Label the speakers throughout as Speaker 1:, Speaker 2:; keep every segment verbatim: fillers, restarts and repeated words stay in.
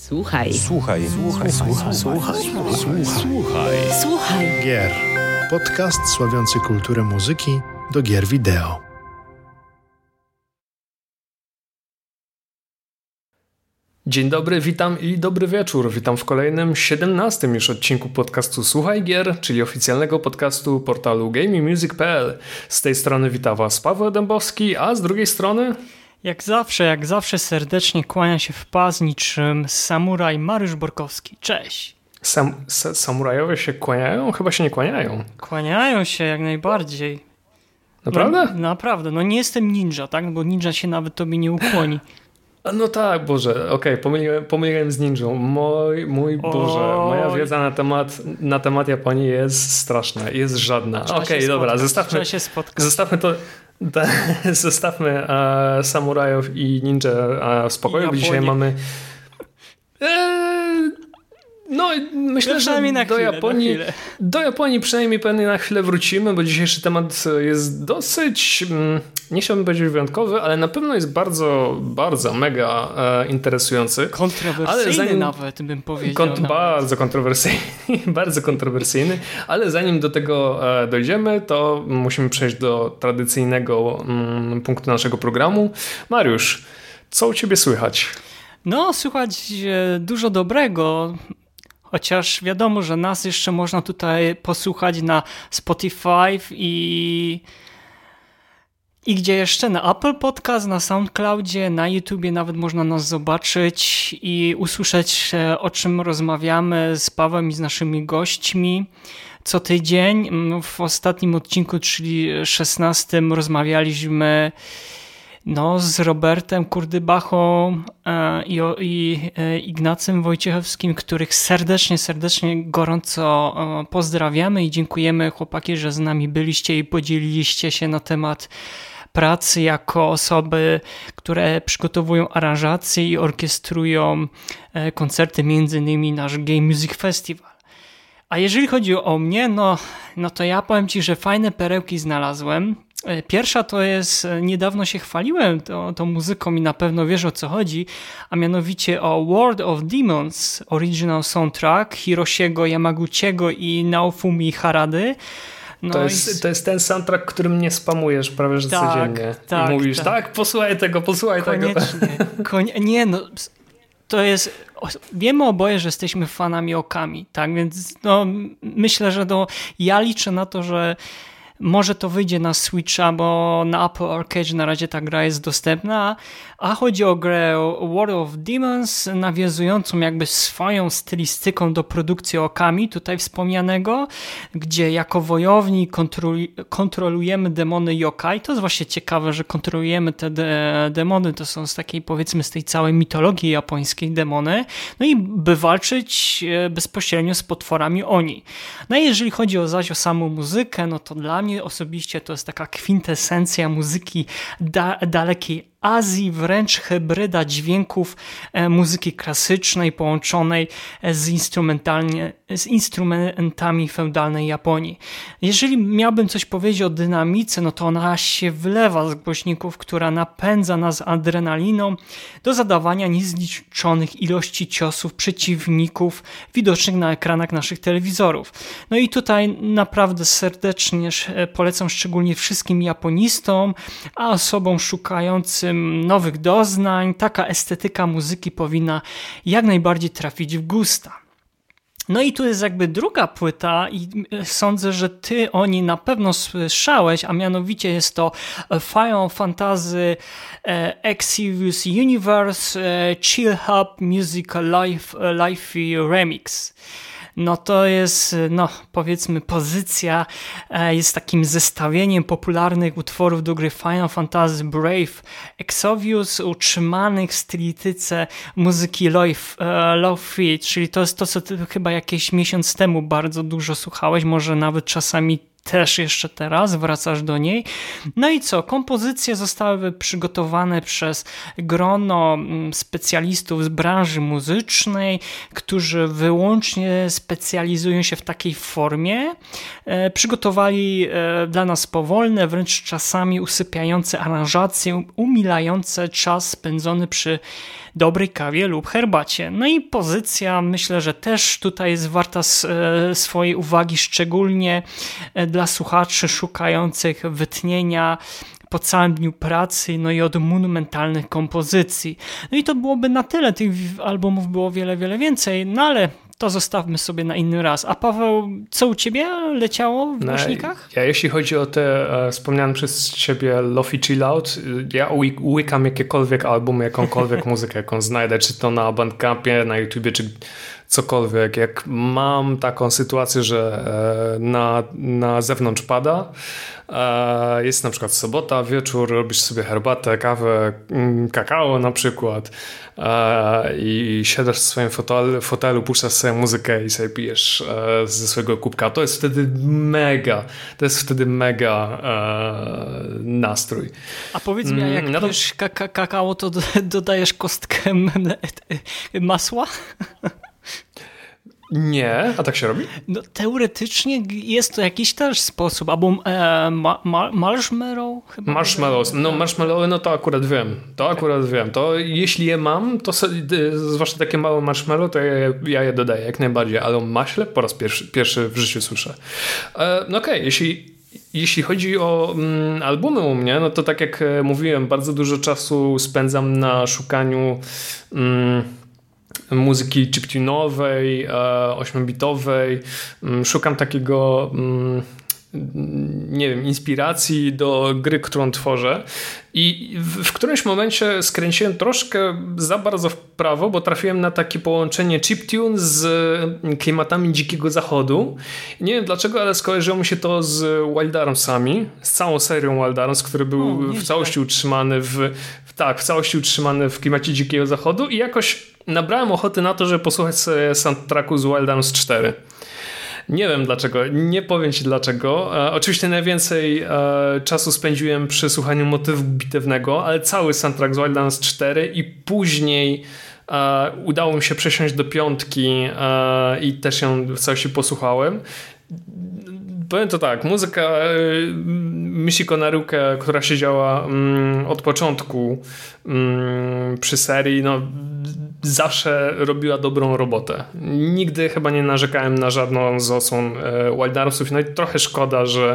Speaker 1: Słuchaj.
Speaker 2: Słuchaj. Słuchaj. Słuchaj.
Speaker 3: Słuchaj.
Speaker 2: Słuchaj. Słuchaj.
Speaker 1: Słuchaj.
Speaker 3: Gier. Podcast sławiący kulturę muzyki do gier wideo.
Speaker 4: Dzień dobry, witam i dobry wieczór. Witam w kolejnym, siedemnastym już odcinku podcastu Słuchaj Gier, czyli oficjalnego podcastu portalu gaming music kropka p l. Z tej strony witam Was Paweł Dębowski, a z drugiej strony...
Speaker 5: Jak zawsze, jak zawsze serdecznie kłania się w pas niczym samuraj Mariusz Borkowski. Cześć!
Speaker 4: Sam, sa, samurajowie się kłaniają? Chyba się nie kłaniają.
Speaker 5: Kłaniają się jak najbardziej.
Speaker 4: Naprawdę?
Speaker 5: No, naprawdę. No nie jestem ninja, tak? Bo ninja się nawet tobie nie ukłoni.
Speaker 4: No tak, Boże, okej, okay, pomyliłem, pomyliłem z ninją. Mój, mój Boże, moja wiedza na temat, na temat Japonii jest straszna, jest żadna. Okej, okay, dobra, zostawmy, zostawmy to, da, zostawmy uh, samurajów i ninja uh, w spokoju, bo dzisiaj mamy... Eee, no, myślę, że
Speaker 5: na
Speaker 4: do,
Speaker 5: chwilę,
Speaker 4: Japonii,
Speaker 5: na
Speaker 4: do Japonii przynajmniej pewnie na chwilę wrócimy, bo dzisiejszy temat jest dosyć, nie chciałbym powiedzieć wyjątkowy, ale na pewno jest bardzo, bardzo mega e, interesujący.
Speaker 5: Kontrowersyjny ale zanim, nawet, bym powiedział.
Speaker 4: Kont-
Speaker 5: nawet.
Speaker 4: Bardzo kontrowersyjny, bardzo kontrowersyjny, ale zanim do tego e, dojdziemy, to musimy przejść do tradycyjnego mm, punktu naszego programu. Mariusz, co u ciebie słychać?
Speaker 5: No, słychać e, dużo dobrego. Chociaż wiadomo, że nas jeszcze można tutaj posłuchać na Spotify i, i gdzie jeszcze? Na Apple Podcast, na SoundCloudzie, na YouTubie nawet można nas zobaczyć i usłyszeć, o czym rozmawiamy z Pawłem i z naszymi gośćmi. Co tydzień w ostatnim odcinku, czyli szesnastym, rozmawialiśmy No, z Robertem Kurdybachą e, i, i e, Ignacym Wojciechowskim, których serdecznie, serdecznie gorąco e, pozdrawiamy i dziękujemy, chłopaki, że z nami byliście i podzieliliście się na temat pracy jako osoby, które przygotowują aranżacje i orkiestrują e, koncerty, między innymi nasz Game Music Festival. A jeżeli chodzi o mnie, no, no to ja powiem Ci, że fajne perełki znalazłem. Pierwsza to jest, niedawno się chwaliłem tą, tą muzyką i na pewno wiesz, o co chodzi, a mianowicie o World of Demons Original Soundtrack Hiroshiego Yamaguchiego i Naofumi Harady. No
Speaker 4: to, jest, i... to jest ten soundtrack, którym mnie spamujesz prawie że tak, codziennie.
Speaker 5: Tak,
Speaker 4: I mówisz,
Speaker 5: tak,
Speaker 4: tak, posłuchaj tego, posłuchaj
Speaker 5: Koniecznie. tego. Konie... Nie, no... To jest, wiemy oboje, że jesteśmy fanami Okami, tak, więc no, myślę, że to, ja liczę na to, że może to wyjdzie na Switcha, bo na Apple Arcade na razie ta gra jest dostępna, a chodzi o grę World of Demons, nawiązującą jakby swoją stylistyką do produkcji Okami, tutaj wspomnianego, gdzie jako wojowni kontrolu- kontrolujemy demony yokai. To jest właśnie ciekawe, że kontrolujemy te de- demony, to są z takiej, powiedzmy, z tej całej mitologii japońskiej demony, no i by walczyć bezpośrednio z potworami oni. No i jeżeli chodzi o zaś o samą muzykę, no to dla mnie osobiście to jest taka kwintesencja muzyki da- dalekiej Azji, wręcz hybryda dźwięków e, muzyki klasycznej połączonej z, instrumentalnie, z instrumentami feudalnej Japonii. Jeżeli miałbym coś powiedzieć o dynamice, no to ona się wlewa z głośników, która napędza nas adrenaliną do zadawania niezliczonych ilości ciosów przeciwników widocznych na ekranach naszych telewizorów. No i tutaj naprawdę serdecznie polecam szczególnie wszystkim japonistom, a osobom szukającym nowych doznań. Taka estetyka muzyki powinna jak najbardziej trafić w gusta. No i tu jest jakby druga płyta i sądzę, że ty o niej na pewno słyszałeś, a mianowicie jest to Final Fantasy Exvius Universe Chill Hub Music Live, Live Remix. No to jest, no powiedzmy, pozycja jest takim zestawieniem popularnych utworów do gry Final Fantasy Brave Exvius utrzymanych w stylistyce muzyki lo-fi, czyli to jest to, co ty chyba jakiś miesiąc temu bardzo dużo słuchałeś, może nawet czasami też jeszcze teraz wracasz do niej. No i co? Kompozycje zostały przygotowane przez grono specjalistów z branży muzycznej, którzy wyłącznie specjalizują się w takiej formie. E, przygotowali e, dla nas powolne, wręcz czasami usypiające aranżacje, umilające czas spędzony przy dobrej kawie lub herbacie. No i pozycja myślę, że też tutaj jest warta swojej uwagi, szczególnie dla słuchaczy szukających wytnienia po całym dniu pracy, no i od monumentalnych kompozycji. No i to byłoby na tyle, tych albumów było wiele, wiele więcej, no ale to zostawmy sobie na inny raz. A Paweł, co u ciebie leciało w głośnikach?
Speaker 4: Ja, jeśli chodzi o te e, wspomniane przez ciebie Lofi Chill Out, ja łykam jakiekolwiek album, jakąkolwiek muzykę, jaką znajdę, czy to na Bandcampie, na YouTubie, czy cokolwiek. Jak mam taką sytuację, że e, na, na zewnątrz pada, e, jest na przykład sobota, wieczór, robisz sobie herbatę, kawę, kakao na przykład e, i siadasz w swoim fotelu, fotelu, puszczasz sobie muzykę i sobie pijesz e, ze swojego kubka. To jest wtedy mega, to jest wtedy mega e, nastrój.
Speaker 5: A powiedz mi, a jak no pijesz to... kakao, to dodajesz kostkę masła?
Speaker 4: Nie, a tak się robi?
Speaker 5: No, teoretycznie jest to jakiś też sposób, albo e, ma, ma, marshmallow chyba?
Speaker 4: Marshmallows, no marshmallowy, no to akurat wiem, to akurat wiem, to jeśli je mam, to sobie, zwłaszcza takie małe marshmallow, to ja, ja je dodaję jak najbardziej, ale o maśle po raz pierwszy, pierwszy w życiu słyszę. E, no okej, okay, jeśli Jeśli chodzi o mm, albumy u mnie, no to tak jak mówiłem, bardzo dużo czasu spędzam na szukaniu mm, muzyki chiptune'owej, ośmiobitowej. Szukam takiego, nie wiem, inspiracji do gry, którą tworzę. I w, w którymś momencie skręciłem troszkę za bardzo w prawo, bo trafiłem na takie połączenie chiptune z klimatami Dzikiego Zachodu. Nie wiem dlaczego, ale skojarzyło mi się to z Wild Armsami, z całą serią Wild Arms, który był o, w całości utrzymany w, w tak, w całości utrzymany w klimacie Dzikiego Zachodu i jakoś nabrałem ochoty na to, żeby posłuchać sobie soundtracku z Wild Arms cztery. Nie wiem dlaczego, nie powiem ci dlaczego. E, oczywiście najwięcej e, czasu spędziłem przy słuchaniu motywu bitewnego, ale cały soundtrack z Wild Arms cztery i później e, udało mi się przesiąść do piątki e, i też ją w całości posłuchałem. Powiem to tak, muzyka Michiko Naruke, która siedziała mm, od początku mm, przy serii, no zawsze robiła dobrą robotę. Nigdy chyba nie narzekałem na żadną z osłon e, Wild Armsów. No i trochę szkoda, że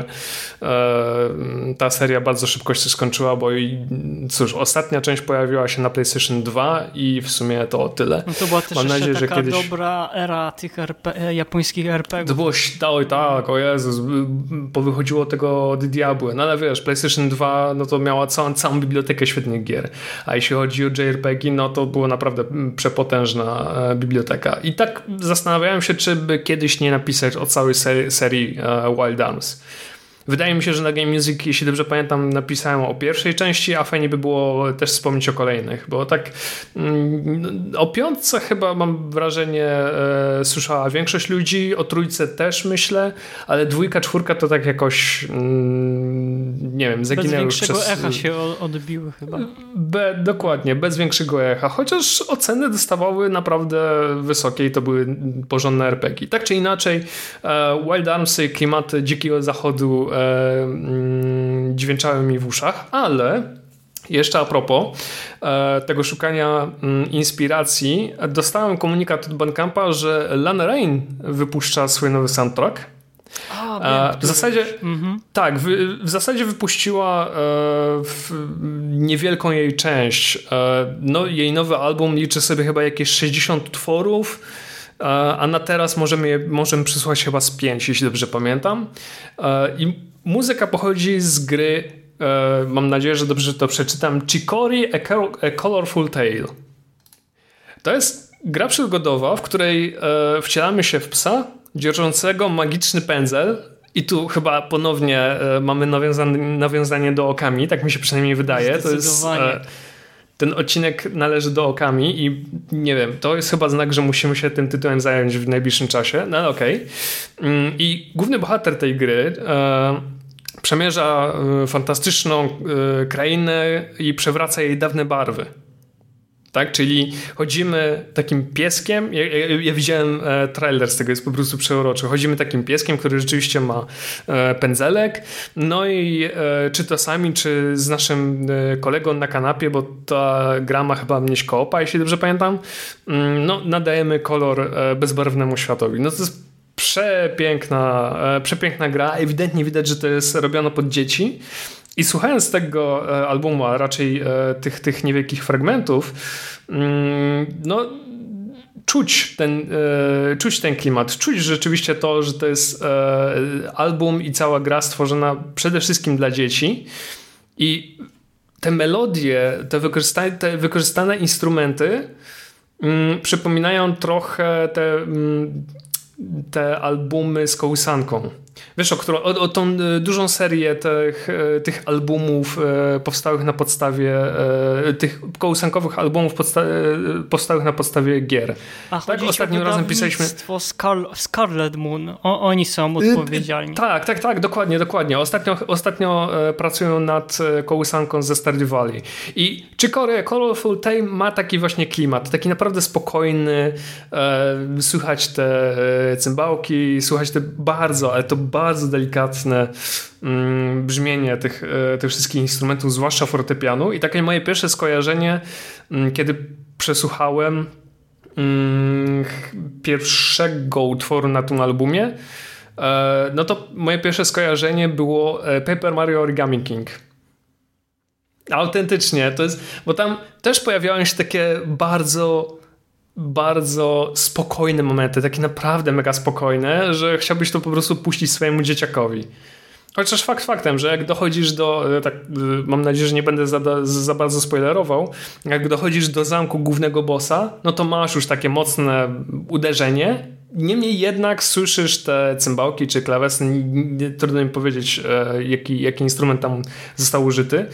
Speaker 4: e, ta seria bardzo szybko się skończyła, bo i, cóż, ostatnia część pojawiła się na PlayStation dwa i w sumie to tyle.
Speaker 5: No to była też Mam nadzieję, taka że kiedyś... dobra era tych R P, japońskich er pe gie ów.
Speaker 4: To było oj tak, o Jezus, powychodziło tego od diabły. No ale wiesz, PlayStation dwa no to miała całą, całą bibliotekę świetnych gier. A jeśli chodzi o J R P G, no to było naprawdę przepotężna biblioteka. I tak zastanawiałem się, czy by kiedyś nie napisać o całej serii, serii Wild Arms. Wydaje mi się, że na Game Music, jeśli dobrze pamiętam, napisałem o pierwszej części, a fajnie by było też wspomnieć o kolejnych, bo tak mm, o piątce chyba mam wrażenie e, słyszała większość ludzi, o trójce też myślę, ale dwójka, czwórka to tak jakoś mm, nie wiem, zaginęły
Speaker 5: bez większego
Speaker 4: przez...
Speaker 5: echa się odbiły chyba.
Speaker 4: Be, dokładnie, bez większego echa, chociaż oceny dostawały naprawdę wysokie i to były porządne er pe gie. Tak czy inaczej e, Wild Armsy, klimaty Dzikiego Zachodu E, mm, dźwięczały mi w uszach, ale jeszcze a propos e, tego szukania mm, inspiracji, dostałem komunikat od Bandcampa, że Lana Rain wypuszcza swój nowy soundtrack.
Speaker 5: A, wiem,
Speaker 4: w zasadzie
Speaker 5: mhm.
Speaker 4: tak, w, w zasadzie wypuściła e, w niewielką jej część. E, no, jej nowy album liczy sobie chyba jakieś sześćdziesiąt utworów, a na teraz możemy, możemy przysłuchać chyba z pięć, jeśli dobrze pamiętam. I muzyka pochodzi z gry, mam nadzieję, że dobrze to przeczytam, Chicory A Colorful Tale. To jest gra przygodowa, w której wcielamy się w psa dzierżącego magiczny pędzel i tu chyba ponownie mamy nawiązanie, nawiązanie do Okami, tak mi się przynajmniej wydaje. To jest... Ten odcinek należy do Okami i nie wiem, to jest chyba znak, że musimy się tym tytułem zająć w najbliższym czasie, no ale okej. Okay. I główny bohater tej gry e, przemierza e, fantastyczną e, krainę i przewraca jej dawne barwy. Tak, czyli chodzimy takim pieskiem, ja, ja, ja widziałem e, trailer z tego, jest po prostu przeuroczy. Chodzimy takim pieskiem, który rzeczywiście ma e, pędzelek, no i e, czy to sami, czy z naszym e, kolegą na kanapie, bo ta gra ma chyba mnieść koopa, jeśli dobrze pamiętam, mm, no nadajemy kolor e, bezbarwnemu światowi. No to jest przepiękna, e, przepiękna gra, ewidentnie widać, że to jest robione pod dzieci. I słuchając tego e, albumu, a raczej e, tych, tych niewielkich fragmentów, mm, no czuć ten, e, czuć ten klimat, czuć rzeczywiście to, że to jest e, album i cała gra stworzona przede wszystkim dla dzieci i te melodie, te wykorzystane, te wykorzystane instrumenty mm, przypominają trochę te, mm, te albumy z kołysanką. Wiesz, o, którą, o, o tą dużą serię tych, tych albumów e, powstałych na podstawie e, tych kołysankowych albumów podsta- powstałych na podstawie gier.
Speaker 5: A
Speaker 4: tak, ostatnim razem pisaliśmy
Speaker 5: Scar- Scarlet Moon. O, oni są odpowiedzialni.
Speaker 4: E, tak, tak, tak, dokładnie, dokładnie. Ostatnio, ostatnio e, pracują nad kołysanką ze Stardew Valley. I Chicory Colorful Tale ma taki właśnie klimat, taki naprawdę spokojny. E, słychać te cymbałki, słychać te bardzo, ale to bardzo delikatne mm, brzmienie tych, e, tych wszystkich instrumentów, zwłaszcza fortepianu. I takie moje pierwsze skojarzenie, mm, kiedy przesłuchałem mm, pierwszego utworu na tym albumie, e, no to moje pierwsze skojarzenie było Paper Mario Origami King. Autentycznie, to jest, bo tam też pojawiały się takie bardzo bardzo spokojne momenty, takie naprawdę mega spokojne, że chciałbyś to po prostu puścić swojemu dzieciakowi. Chociaż fakt faktem, że jak dochodzisz do, tak mam nadzieję, że nie będę za, za bardzo spoilerował, jak dochodzisz do zamku głównego bossa, no to masz już takie mocne uderzenie. Niemniej jednak słyszysz te cymbałki czy klawesy, nie, trudno mi powiedzieć, jaki, jaki instrument tam został użyty,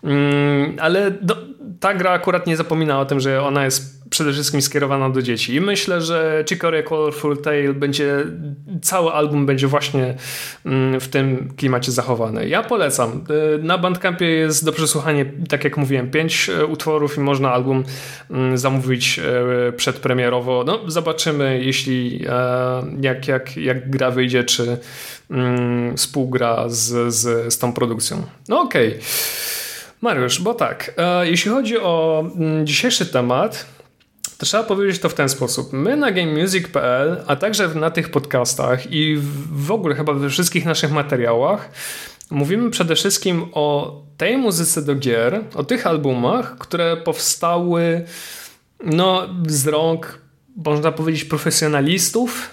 Speaker 4: ale do, ta gra akurat nie zapomina o tym, że ona jest przede wszystkim skierowana do dzieci i myślę, że Chicory Colorful Tale będzie, cały album będzie właśnie w tym klimacie zachowany. Ja polecam. Na Bandcampie jest do przesłuchania, tak jak mówiłem, pięć utworów i można album zamówić przedpremierowo. No, zobaczymy, jeśli jak, jak, jak gra wyjdzie, czy współgra z, z, z tą produkcją. No okej. Okay. Mariusz, bo tak, jeśli chodzi o dzisiejszy temat, to trzeba powiedzieć to w ten sposób. My na game music kropka p l, a także na tych podcastach i w ogóle chyba we wszystkich naszych materiałach mówimy przede wszystkim o tej muzyce do gier, o tych albumach, które powstały no, z rąk, można powiedzieć, profesjonalistów.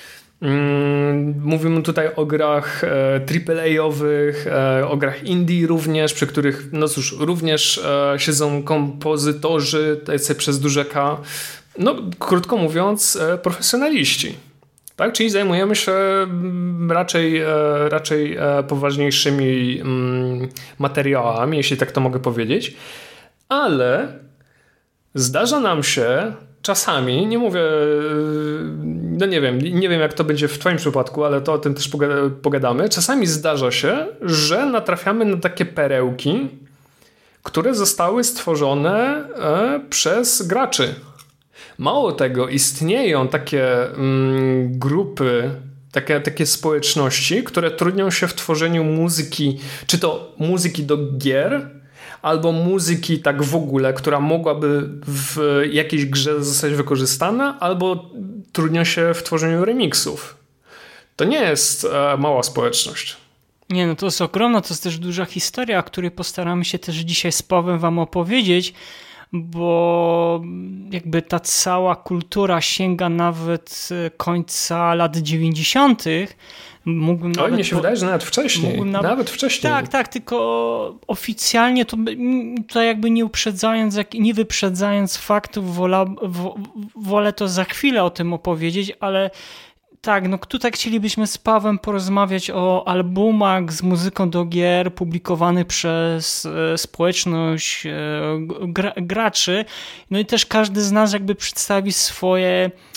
Speaker 4: Mówimy tutaj o grach triple A-owych, o grach indie również, przy których no cóż, również siedzą kompozytorzy, tacy przez duże K, no krótko mówiąc profesjonaliści. Tak? Czyli zajmujemy się raczej, raczej poważniejszymi materiałami, jeśli tak to mogę powiedzieć, ale zdarza nam się czasami, nie mówię, no nie wiem, nie wiem jak to będzie w twoim przypadku, ale to o tym też pogadamy. Czasami zdarza się, że natrafiamy na takie perełki, które zostały stworzone przez graczy. Mało tego, istnieją takie mm, grupy, takie, takie społeczności, które trudnią się w tworzeniu muzyki, czy to muzyki do gier, albo muzyki tak w ogóle, która mogłaby w jakiejś grze zostać wykorzystana, albo trudnią się w tworzeniu remixów. To nie jest e, mała społeczność.
Speaker 5: Nie, no to jest ogromna, to jest też duża historia, o której postaramy się też dzisiaj z Pawłem wam opowiedzieć, bo jakby ta cała kultura sięga nawet końca lat dziewięćdziesiątych. Mógłbym
Speaker 4: Oj, mnie się po... wydaje, że nawet wcześniej. Nawet... nawet wcześniej.
Speaker 5: Tak, tak, tylko oficjalnie to, to jakby nie uprzedzając, nie wyprzedzając faktów, wola, wo, wolę to za chwilę o tym opowiedzieć, ale tak, no tutaj chcielibyśmy z Pawłem porozmawiać o albumach z muzyką do gier publikowanych przez e, społeczność e, gra, graczy. No i też każdy z nas jakby przedstawi swoje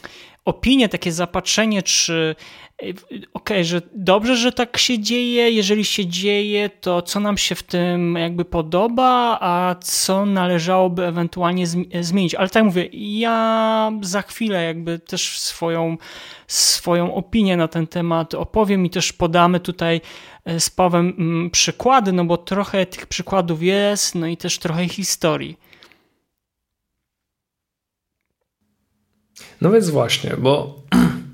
Speaker 5: opinie, takie zapatrzenie, czy okej, okay, że dobrze, że tak się dzieje, jeżeli się dzieje, to co nam się w tym jakby podoba, a co należałoby ewentualnie zmienić. Ale tak mówię, ja za chwilę jakby też swoją, swoją opinię na ten temat opowiem i też podamy tutaj z Pawłem przykłady, no bo trochę tych przykładów jest, no i też trochę historii.
Speaker 4: No więc właśnie, bo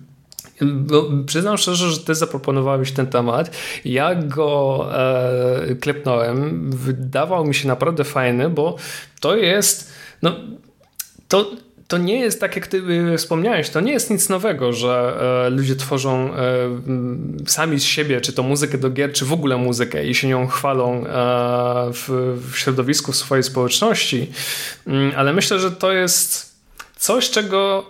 Speaker 4: No, przyznam szczerze, że ty zaproponowałeś ten temat. Ja go e, klepnąłem. Wydawał mi się naprawdę fajny, bo to jest no, to, to nie jest tak, jak ty wspomniałeś, to nie jest nic nowego, że e, ludzie tworzą e, sami z siebie, czy to muzykę do gier, czy w ogóle muzykę i się nią chwalą e, w, w środowisku, w swojej społeczności. Ale myślę, że to jest coś, czego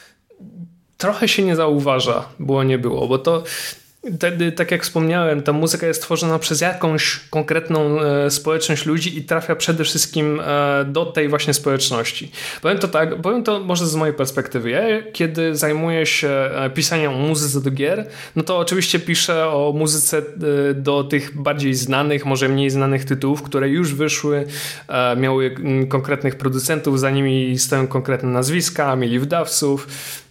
Speaker 4: trochę się nie zauważa, było nie było, bo to wtedy, tak jak wspomniałem, ta muzyka jest tworzona przez jakąś konkretną e, społeczność ludzi i trafia przede wszystkim e, do tej właśnie społeczności. Powiem to tak, powiem to może z mojej perspektywy. Ja kiedy zajmuję się e, pisaniem o muzyce do gier, no to oczywiście piszę o muzyce e, do tych bardziej znanych, może mniej znanych tytułów, które już wyszły, e, miały m, konkretnych producentów, za nimi stoją konkretne nazwiska, mieli wydawców.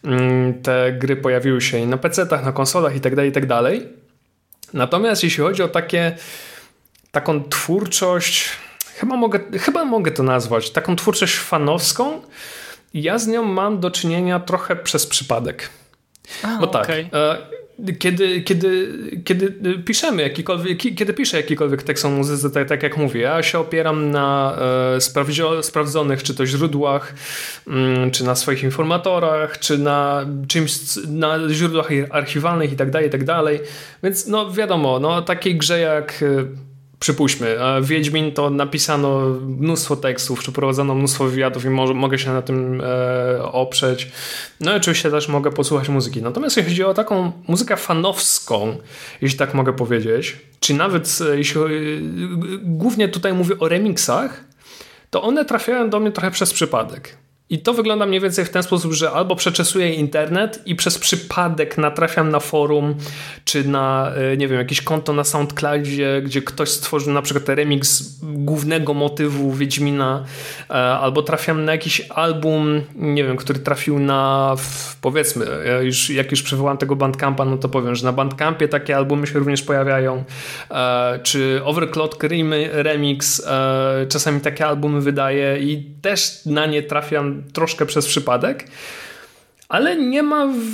Speaker 4: Te gry pojawiły się i na pecetach, na konsolach i tak dalej, i tak dalej. Natomiast jeśli chodzi o takie, taką twórczość, chyba mogę, chyba mogę to nazwać, taką twórczość fanowską, ja z nią mam do czynienia trochę przez przypadek. A, Bo tak, okay. Kiedy, kiedy, kiedy piszemy jakikolwiek, kiedy piszę jakikolwiek tekst o muzyce, tak, tak jak mówię, ja się opieram na e, sprawdzio, sprawdzonych czy to źródłach, mm, czy na swoich informatorach, czy na czymś, na źródłach archiwalnych i tak dalej, i tak dalej. Więc no wiadomo, no takiej grze jak przypuśćmy, Wiedźmin to napisano mnóstwo tekstów, przeprowadzono mnóstwo wywiadów i może, mogę się na tym e, oprzeć. No i oczywiście też mogę posłuchać muzyki. Natomiast jeśli chodzi o taką muzykę fanowską, jeśli tak mogę powiedzieć, czy nawet jeśli głównie tutaj mówię o remixach, to one trafiają do mnie trochę przez przypadek. I to wygląda mniej więcej w ten sposób, że albo przeczesuję internet i przez przypadek natrafiam na forum, czy na, nie wiem, jakieś konto na SoundCloudzie, gdzie ktoś stworzył na przykład remix głównego motywu Wiedźmina, albo trafiam na jakiś album, nie wiem, który trafił na, powiedzmy, ja już, jak już przywołam tego Bandcampa, no to powiem, że na Bandcampie takie albumy się również pojawiają, czy Overclock Remix czasami takie albumy wydaje i też na nie trafiam troszkę przez przypadek, ale nie ma w...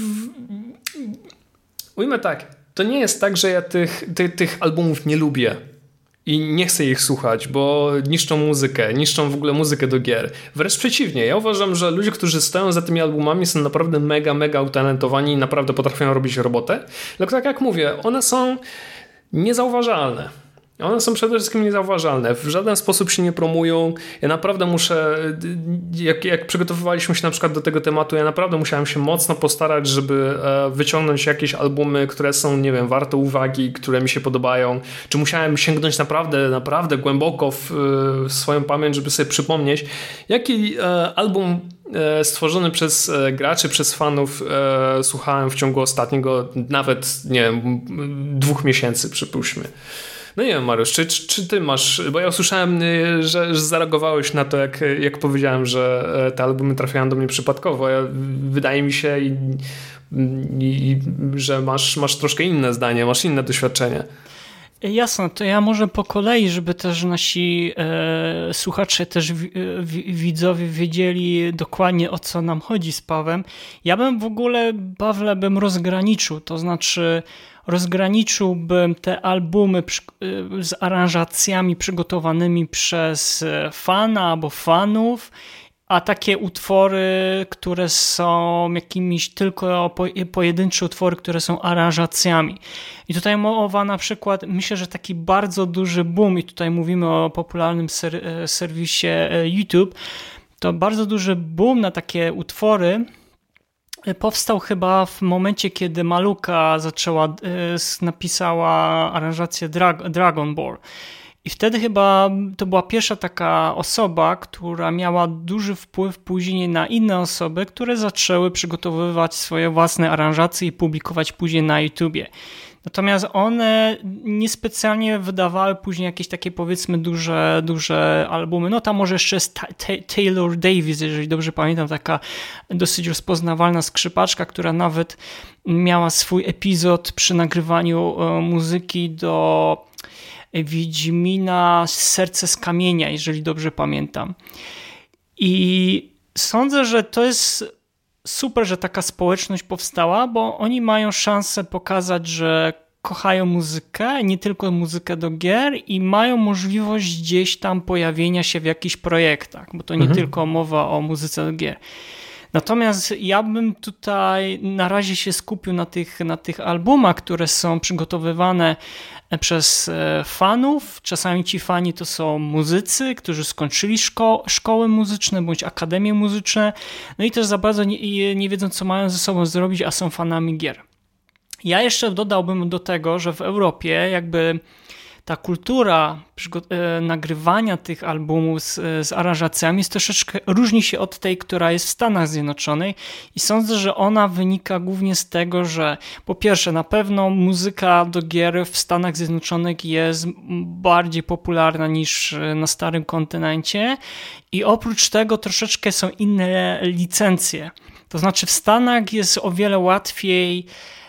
Speaker 4: ujmę tak, to nie jest tak, że ja tych, ty, tych albumów nie lubię i nie chcę ich słuchać, bo niszczą muzykę, niszczą w ogóle muzykę do gier. Wręcz przeciwnie, ja uważam, że ludzie, którzy stoją za tymi albumami są naprawdę mega, mega utalentowani i naprawdę potrafią robić robotę, tylko tak jak mówię, one są niezauważalne. One są przede wszystkim niezauważalne. W żaden sposób się nie promują. Ja naprawdę muszę, jak, jak przygotowywaliśmy się na przykład do tego tematu, ja naprawdę musiałem się mocno postarać, żeby wyciągnąć jakieś albumy, które są, nie wiem, warte uwagi, które mi się podobają. Czy musiałem sięgnąć naprawdę, naprawdę głęboko w, w swoją pamięć, żeby sobie przypomnieć, jaki album stworzony przez graczy, przez fanów słuchałem w ciągu ostatniego nawet, nie wiem, dwóch miesięcy, przypuśćmy. No nie wiem, Mariusz, czy, czy, czy ty masz, bo ja usłyszałem, że, że zareagowałeś na to, jak, jak powiedziałem, że te albumy trafiają do mnie przypadkowo. Ja, wydaje mi się, i, i, że masz, masz troszkę inne zdanie, masz inne doświadczenie.
Speaker 5: Jasne, to ja może po kolei, żeby też nasi e, słuchacze, też w, w, widzowie wiedzieli dokładnie, o co nam chodzi z Pawłem. Ja bym w ogóle, Pawle, bym rozgraniczył, to znaczy rozgraniczyłbym te albumy przy, z aranżacjami przygotowanymi przez fana albo fanów, a takie utwory, które są jakimiś tylko pojedyncze utwory, które są aranżacjami. I tutaj mowa na przykład, myślę, że taki bardzo duży boom, i tutaj mówimy o popularnym ser- serwisie YouTube, to bardzo duży boom na takie utwory powstał chyba w momencie, kiedy Maluka zaczęła, napisała aranżację Dra- Dragon Ball. I wtedy chyba to była pierwsza taka osoba, która miała duży wpływ później na inne osoby, które zaczęły przygotowywać swoje własne aranżacje i publikować później na YouTubie. Natomiast one niespecjalnie wydawały później jakieś takie, powiedzmy, duże, duże albumy. No tam może jeszcze jest Taylor Davis, jeżeli dobrze pamiętam, taka dosyć rozpoznawalna skrzypaczka, która nawet miała swój epizod przy nagrywaniu muzyki do Wiedźmina Serce z kamienia, jeżeli dobrze pamiętam. I sądzę, że to jest super, że taka społeczność powstała, bo oni mają szansę pokazać, że kochają muzykę, nie tylko muzykę do gier i mają możliwość gdzieś tam pojawienia się w jakichś projektach, bo to nie mhm. tylko mowa o muzyce do gier. Natomiast ja bym tutaj na razie się skupił na tych, na tych albumach, które są przygotowywane przez fanów. Czasami ci fani to są muzycy, którzy skończyli szko- szkoły muzyczne bądź akademie muzyczne, no i też za bardzo nie, nie wiedzą, co mają ze sobą zrobić, a są fanami gier. Ja jeszcze dodałbym do tego, że w Europie jakby ta kultura nagrywania tych albumów z, z aranżacjami jest troszeczkę, różni się od tej, która jest w Stanach Zjednoczonych i sądzę, że ona wynika głównie z tego, że po pierwsze na pewno muzyka do gier w Stanach Zjednoczonych jest bardziej popularna niż na starym kontynencie i oprócz tego troszeczkę są inne licencje. To znaczy w Stanach jest o wiele łatwiej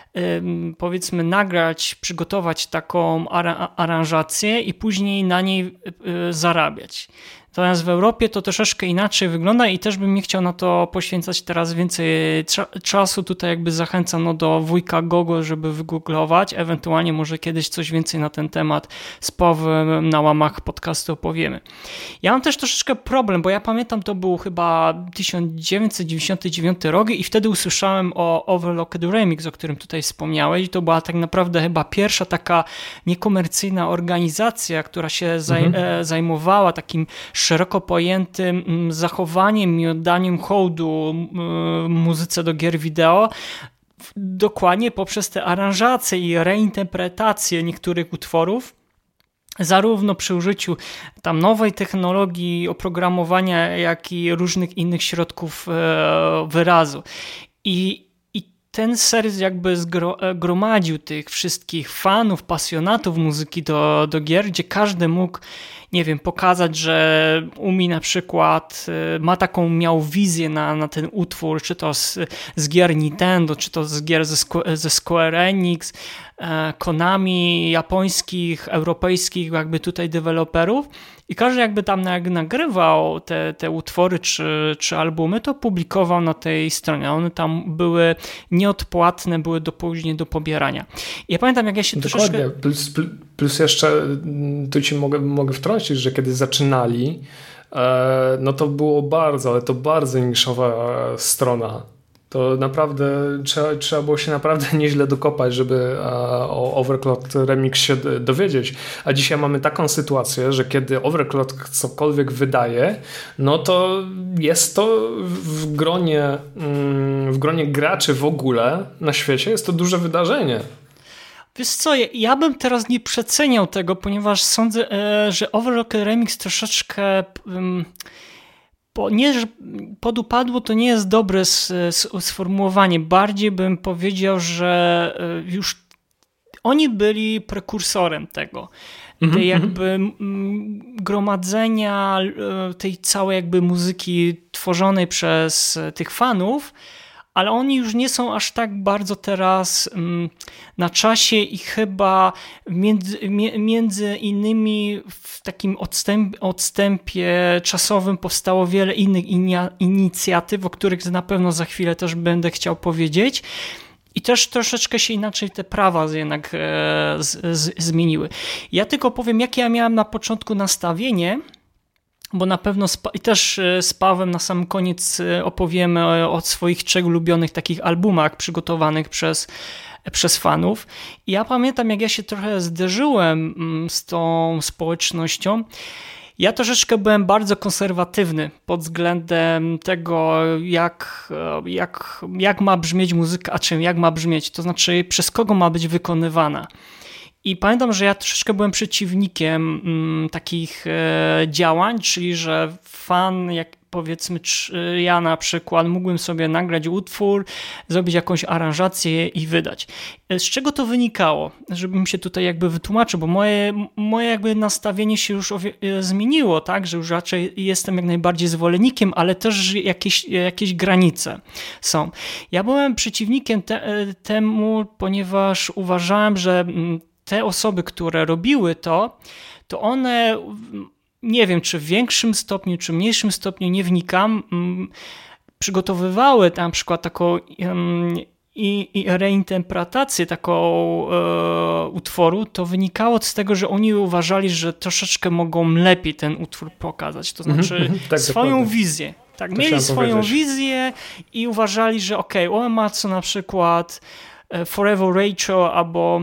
Speaker 5: powiedzmy nagrać, przygotować taką aranżację i później na niej zarabiać. Natomiast w Europie to troszeczkę inaczej wygląda i też bym nie chciał na to poświęcać teraz więcej czasu. Tutaj jakby zachęcam no, do wujka Google, żeby wygooglować. Ewentualnie może kiedyś coś więcej na ten temat z Pawłem na łamach podcastu opowiemy. Ja mam też troszeczkę problem, bo ja pamiętam, to był chyba tysiąc dziewięćset dziewięćdziesiąty dziewiąty rok i wtedy usłyszałem o Overclocked Remix, o którym tutaj wspomniałeś. I to była tak naprawdę chyba pierwsza taka niekomercyjna organizacja, która się zaj- mhm. zajmowała takim szeroko pojętym zachowaniem i oddaniem hołdu muzyce do gier wideo, dokładnie poprzez te aranżacje i reinterpretacje niektórych utworów, zarówno przy użyciu tam nowej technologii oprogramowania, jak i różnych innych środków wyrazu. I ten serwis jakby zgromadził tych wszystkich fanów, pasjonatów muzyki do, do gier, gdzie każdy mógł, nie wiem, pokazać, że umie na przykład, ma taką, miał wizję na, na ten utwór, czy to z, z gier Nintendo, czy to z gier ze, ze Square Enix, Konami, japońskich, europejskich jakby tutaj deweloperów i każdy jakby tam nagrywał te, te utwory czy, czy albumy, to publikował na tej stronie. One tam były nieodpłatne, były do później do pobierania. I ja pamiętam, jak ja się
Speaker 4: Dokładnie.
Speaker 5: troszeczkę...
Speaker 4: Plus, plus jeszcze tu ci mogę, mogę wtrącić, że kiedy zaczynali, no to było bardzo, ale to bardzo niszowa strona. To naprawdę trzeba, trzeba było się naprawdę nieźle dokopać, żeby o Overclocked Remix się dowiedzieć. A dzisiaj mamy taką sytuację, że kiedy Overclocked cokolwiek wydaje, no to jest to w gronie, w gronie graczy w ogóle na świecie jest to duże wydarzenie.
Speaker 5: Wiesz co, ja bym teraz nie przeceniał tego, ponieważ sądzę, że Overclocked Remix troszeczkę... Po, nie, że podupadło to nie jest dobre sformułowanie. Bardziej bym powiedział, że już oni byli prekursorem tego. Mm-hmm. Tej jakby gromadzenia tej całej jakby muzyki tworzonej przez tych fanów, ale oni już nie są aż tak bardzo teraz na czasie i chyba między, między innymi w takim odstęp, odstępie czasowym powstało wiele innych inicjatyw, o których na pewno za chwilę też będę chciał powiedzieć. I też troszeczkę się inaczej te prawa jednak z, z, zmieniły. Ja tylko powiem, jakie ja miałem na początku nastawienie, bo na pewno spa- i też z Pawłem na sam koniec opowiemy o, o swoich trzech ulubionych takich albumach przygotowanych przez, przez fanów. I ja pamiętam, jak ja się trochę zderzyłem z tą społecznością. Ja troszeczkę byłem bardzo konserwatywny pod względem tego, jak, jak, jak ma brzmieć muzyka, a czym jak ma brzmieć, to znaczy przez kogo ma być wykonywana. I pamiętam, że ja troszeczkę byłem przeciwnikiem m, takich e, działań, czyli że fan, jak powiedzmy ja na przykład, mógłbym sobie nagrać utwór, zrobić jakąś aranżację i wydać. Z czego to wynikało? Żebym się tutaj jakby wytłumaczył, bo moje, moje jakby nastawienie się już zmieniło, tak, że już raczej jestem jak najbardziej zwolennikiem, ale też jakieś, jakieś granice są. Ja byłem przeciwnikiem te, temu, ponieważ uważałem, że te osoby, które robiły to, to one, nie wiem, czy w większym stopniu, czy mniejszym stopniu, nie wnikam, przygotowywały na przykład taką i, i reinterpretację taką e, utworu, to wynikało z tego, że oni uważali, że troszeczkę mogą lepiej ten utwór pokazać, to znaczy mm-hmm, tak, swoją dokładnie. wizję. Tak, to mieli swoją powiedzieć. wizję i uważali, że okej, okay, on ma co na przykład Forever Rachel albo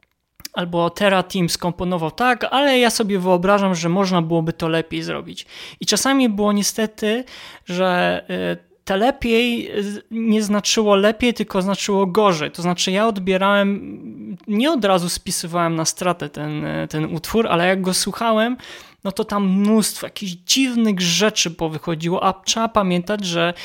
Speaker 5: albo Terra Team skomponował tak, ale ja sobie wyobrażam, że można byłoby to lepiej zrobić. I czasami było niestety, że te lepiej nie znaczyło lepiej, tylko znaczyło gorzej. To znaczy ja odbierałem, nie od razu spisywałem na stratę ten, ten utwór, ale jak go słuchałem, no to tam mnóstwo jakichś dziwnych rzeczy powychodziło, a trzeba pamiętać, że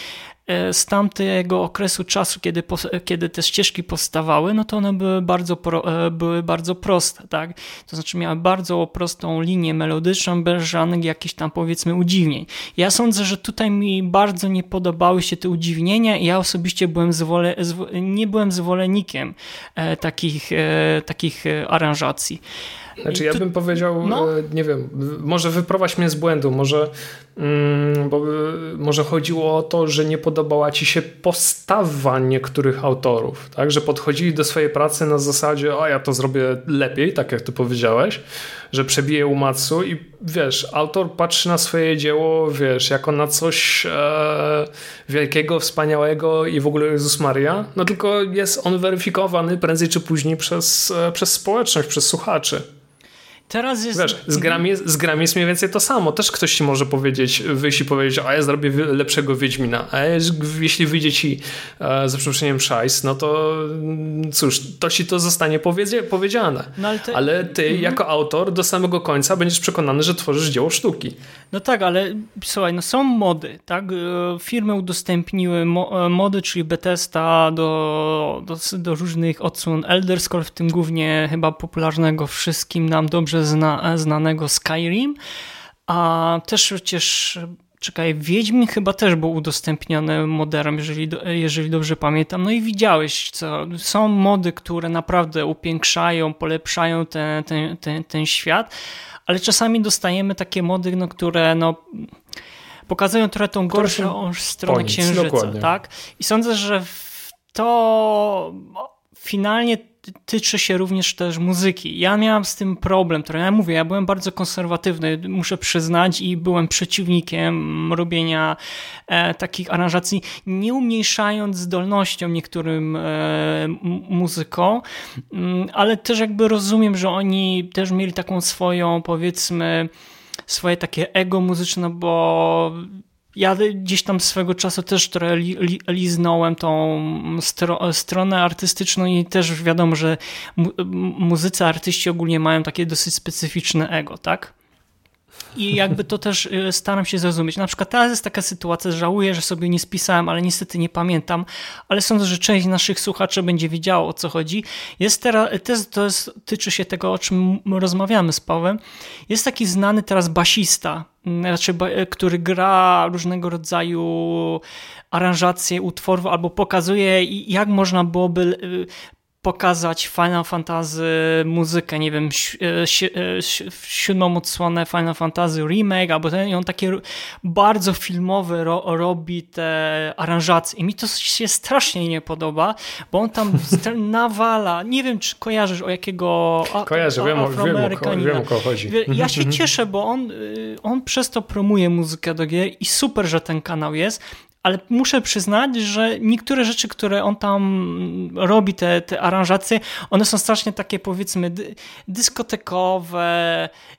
Speaker 5: z tamtego okresu czasu, kiedy, kiedy te ścieżki powstawały, no to one były bardzo, pro, były bardzo proste, tak? To znaczy miały bardzo prostą linię melodyczną, bez żadnych jakichś tam powiedzmy udziwnień. Ja sądzę, że tutaj mi bardzo nie podobały się te udziwnienia i ja osobiście byłem zwole, nie byłem zwolennikiem e, takich, e, takich aranżacji.
Speaker 4: Znaczy ja bym powiedział, no. nie wiem, może wyprowadź mnie z błędu, może, mm, bo może chodziło o to, że nie podobała ci się postawa niektórych autorów, tak, że podchodzili do swojej pracy na zasadzie, a ja to zrobię lepiej, tak jak ty powiedziałeś, że przebiję Uematsu i wiesz, autor patrzy na swoje dzieło, wiesz, jako na coś e, wielkiego, wspaniałego i w ogóle Jezus Maria, no tylko jest on weryfikowany prędzej czy później przez, e, przez społeczność, przez słuchaczy.
Speaker 5: Teraz jest...
Speaker 4: Wiesz, z grami, z grami jest mniej więcej to samo. Też ktoś ci może powiedzieć, wyjść i powiedzieć, a ja zrobię lepszego Wiedźmina. A jeśli wyjdzie ci e, za przeproszeniem szajs, no to cóż, to ci to zostanie powiedzie, powiedziane. No ale, te... ale ty mhm. jako autor do samego końca będziesz przekonany, że tworzysz dzieło sztuki.
Speaker 5: No tak, ale słuchaj, no są mody, tak? Firmy udostępniły mo- mody, czyli Bethesda do, do, do różnych odsłon Elder Scrolls, w tym głównie chyba popularnego wszystkim nam dobrze Zna, znanego Skyrim, a też przecież, czekaj, Wiedźmin chyba też był udostępniony moderem, jeżeli, jeżeli dobrze pamiętam. No i widziałeś, co są mody, które naprawdę upiększają, polepszają ten, ten, ten, ten świat, ale czasami dostajemy takie mody, no, które no, pokazują trochę tą gorszą stronę ponic, księżyca. Dokładnie. Tak? I sądzę, że to finalnie tyczy się również też muzyki. Ja miałam z tym problem, który ja mówię, ja byłem bardzo konserwatywny, muszę przyznać, i byłem przeciwnikiem robienia e, takich aranżacji, nie umniejszając zdolnościom niektórym e, muzykom, ale też jakby rozumiem, że oni też mieli taką swoją, powiedzmy, swoje takie ego muzyczne, bo ja gdzieś tam swego czasu też trochę li, li, liznąłem tą stro, stronę artystyczną i też wiadomo, że mu, muzycy, artyści ogólnie mają takie dosyć specyficzne ego, tak? I jakby to też staram się zrozumieć. Na przykład teraz jest taka sytuacja, żałuję, że sobie nie spisałem, ale niestety nie pamiętam, ale sądzę, że część naszych słuchaczy będzie wiedziała, o co chodzi. Jest teraz, to jest, tyczy się tego, o czym rozmawiamy z Pawłem. Jest taki znany teraz basista, raczej, który gra różnego rodzaju aranżacje utworów albo pokazuje, jak można byłoby pokazać Final Fantasy muzykę, nie wiem, siódmą odsłonę Final Fantasy Remake, albo ten, i on takie bardzo filmowy ro, robi te aranżacje. I mi to się strasznie nie podoba, bo on tam nawala, nie wiem, czy kojarzysz, o jakiego
Speaker 4: Kojarzę, wiem, wiem, o kogo chodzi.
Speaker 5: Ja się cieszę, bo on, on przez to promuje muzykę do gier i super, że ten kanał jest, ale muszę przyznać, że niektóre rzeczy, które on tam robi, te, te aranżacje, one są strasznie takie, powiedzmy, dy, dyskotekowe,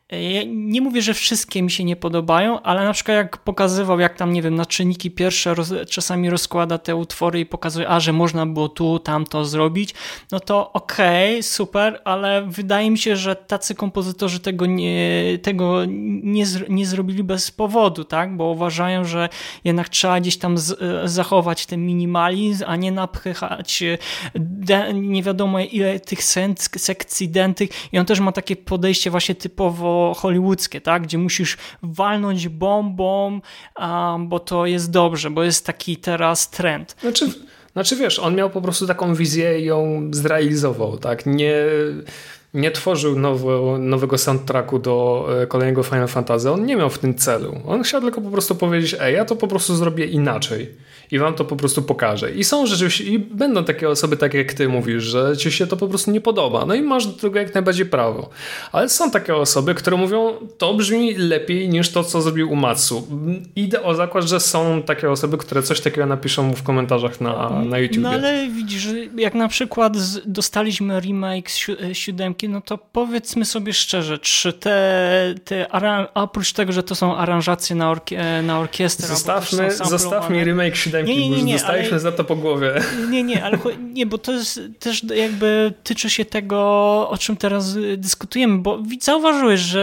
Speaker 5: Ja nie mówię, że wszystkie mi się nie podobają, ale na przykład jak pokazywał, jak tam, nie wiem, na czynniki pierwsze roz, czasami rozkłada te utwory i pokazuje, a, że można było tu, tamto zrobić, no to okej, okay, super, ale wydaje mi się, że tacy kompozytorzy tego nie, tego nie, nie zrobili bez powodu, tak? Bo uważają, że jednak trzeba gdzieś tam z, zachować ten minimalizm, a nie napychać de, nie wiadomo ile tych sek- sekcji dętych i on też ma takie podejście właśnie typowo hollywoodzkie, tak? Gdzie musisz walnąć bombą, um, bo to jest dobrze, bo jest taki teraz trend.
Speaker 4: Znaczy, znaczy wiesz, on miał po prostu taką wizję i ją zrealizował, tak? Nie, nie tworzył nowo, nowego soundtracku do kolejnego Final Fantasy. On nie miał w tym celu. On chciał tylko po prostu powiedzieć, ej, ja to po prostu zrobię inaczej. I wam to po prostu pokażę. I są rzeczywiście, i będą takie osoby, tak jak ty mówisz, że ci się to po prostu nie podoba. No i masz do tego jak najbardziej prawo. Ale są takie osoby, które mówią, to brzmi lepiej niż to, co zrobił Uematsu. Idę o zakład, że są takie osoby, które coś takiego napiszą w komentarzach na, na YouTubie.
Speaker 5: No ale widzisz, jak na przykład dostaliśmy remake z siódemki, no to powiedzmy sobie szczerze, czy te, te aran- oprócz tego, że to są aranżacje na, orkie- na orkiestrę,
Speaker 4: Zostawmy, zostawmy remake siódemki. Nie, nie, nie, nie, dostaliśmy ale, za to po głowie.
Speaker 5: Nie, nie, ale nie, bo to jest też jakby tyczy się tego, o czym teraz dyskutujemy, bo zauważyłeś, że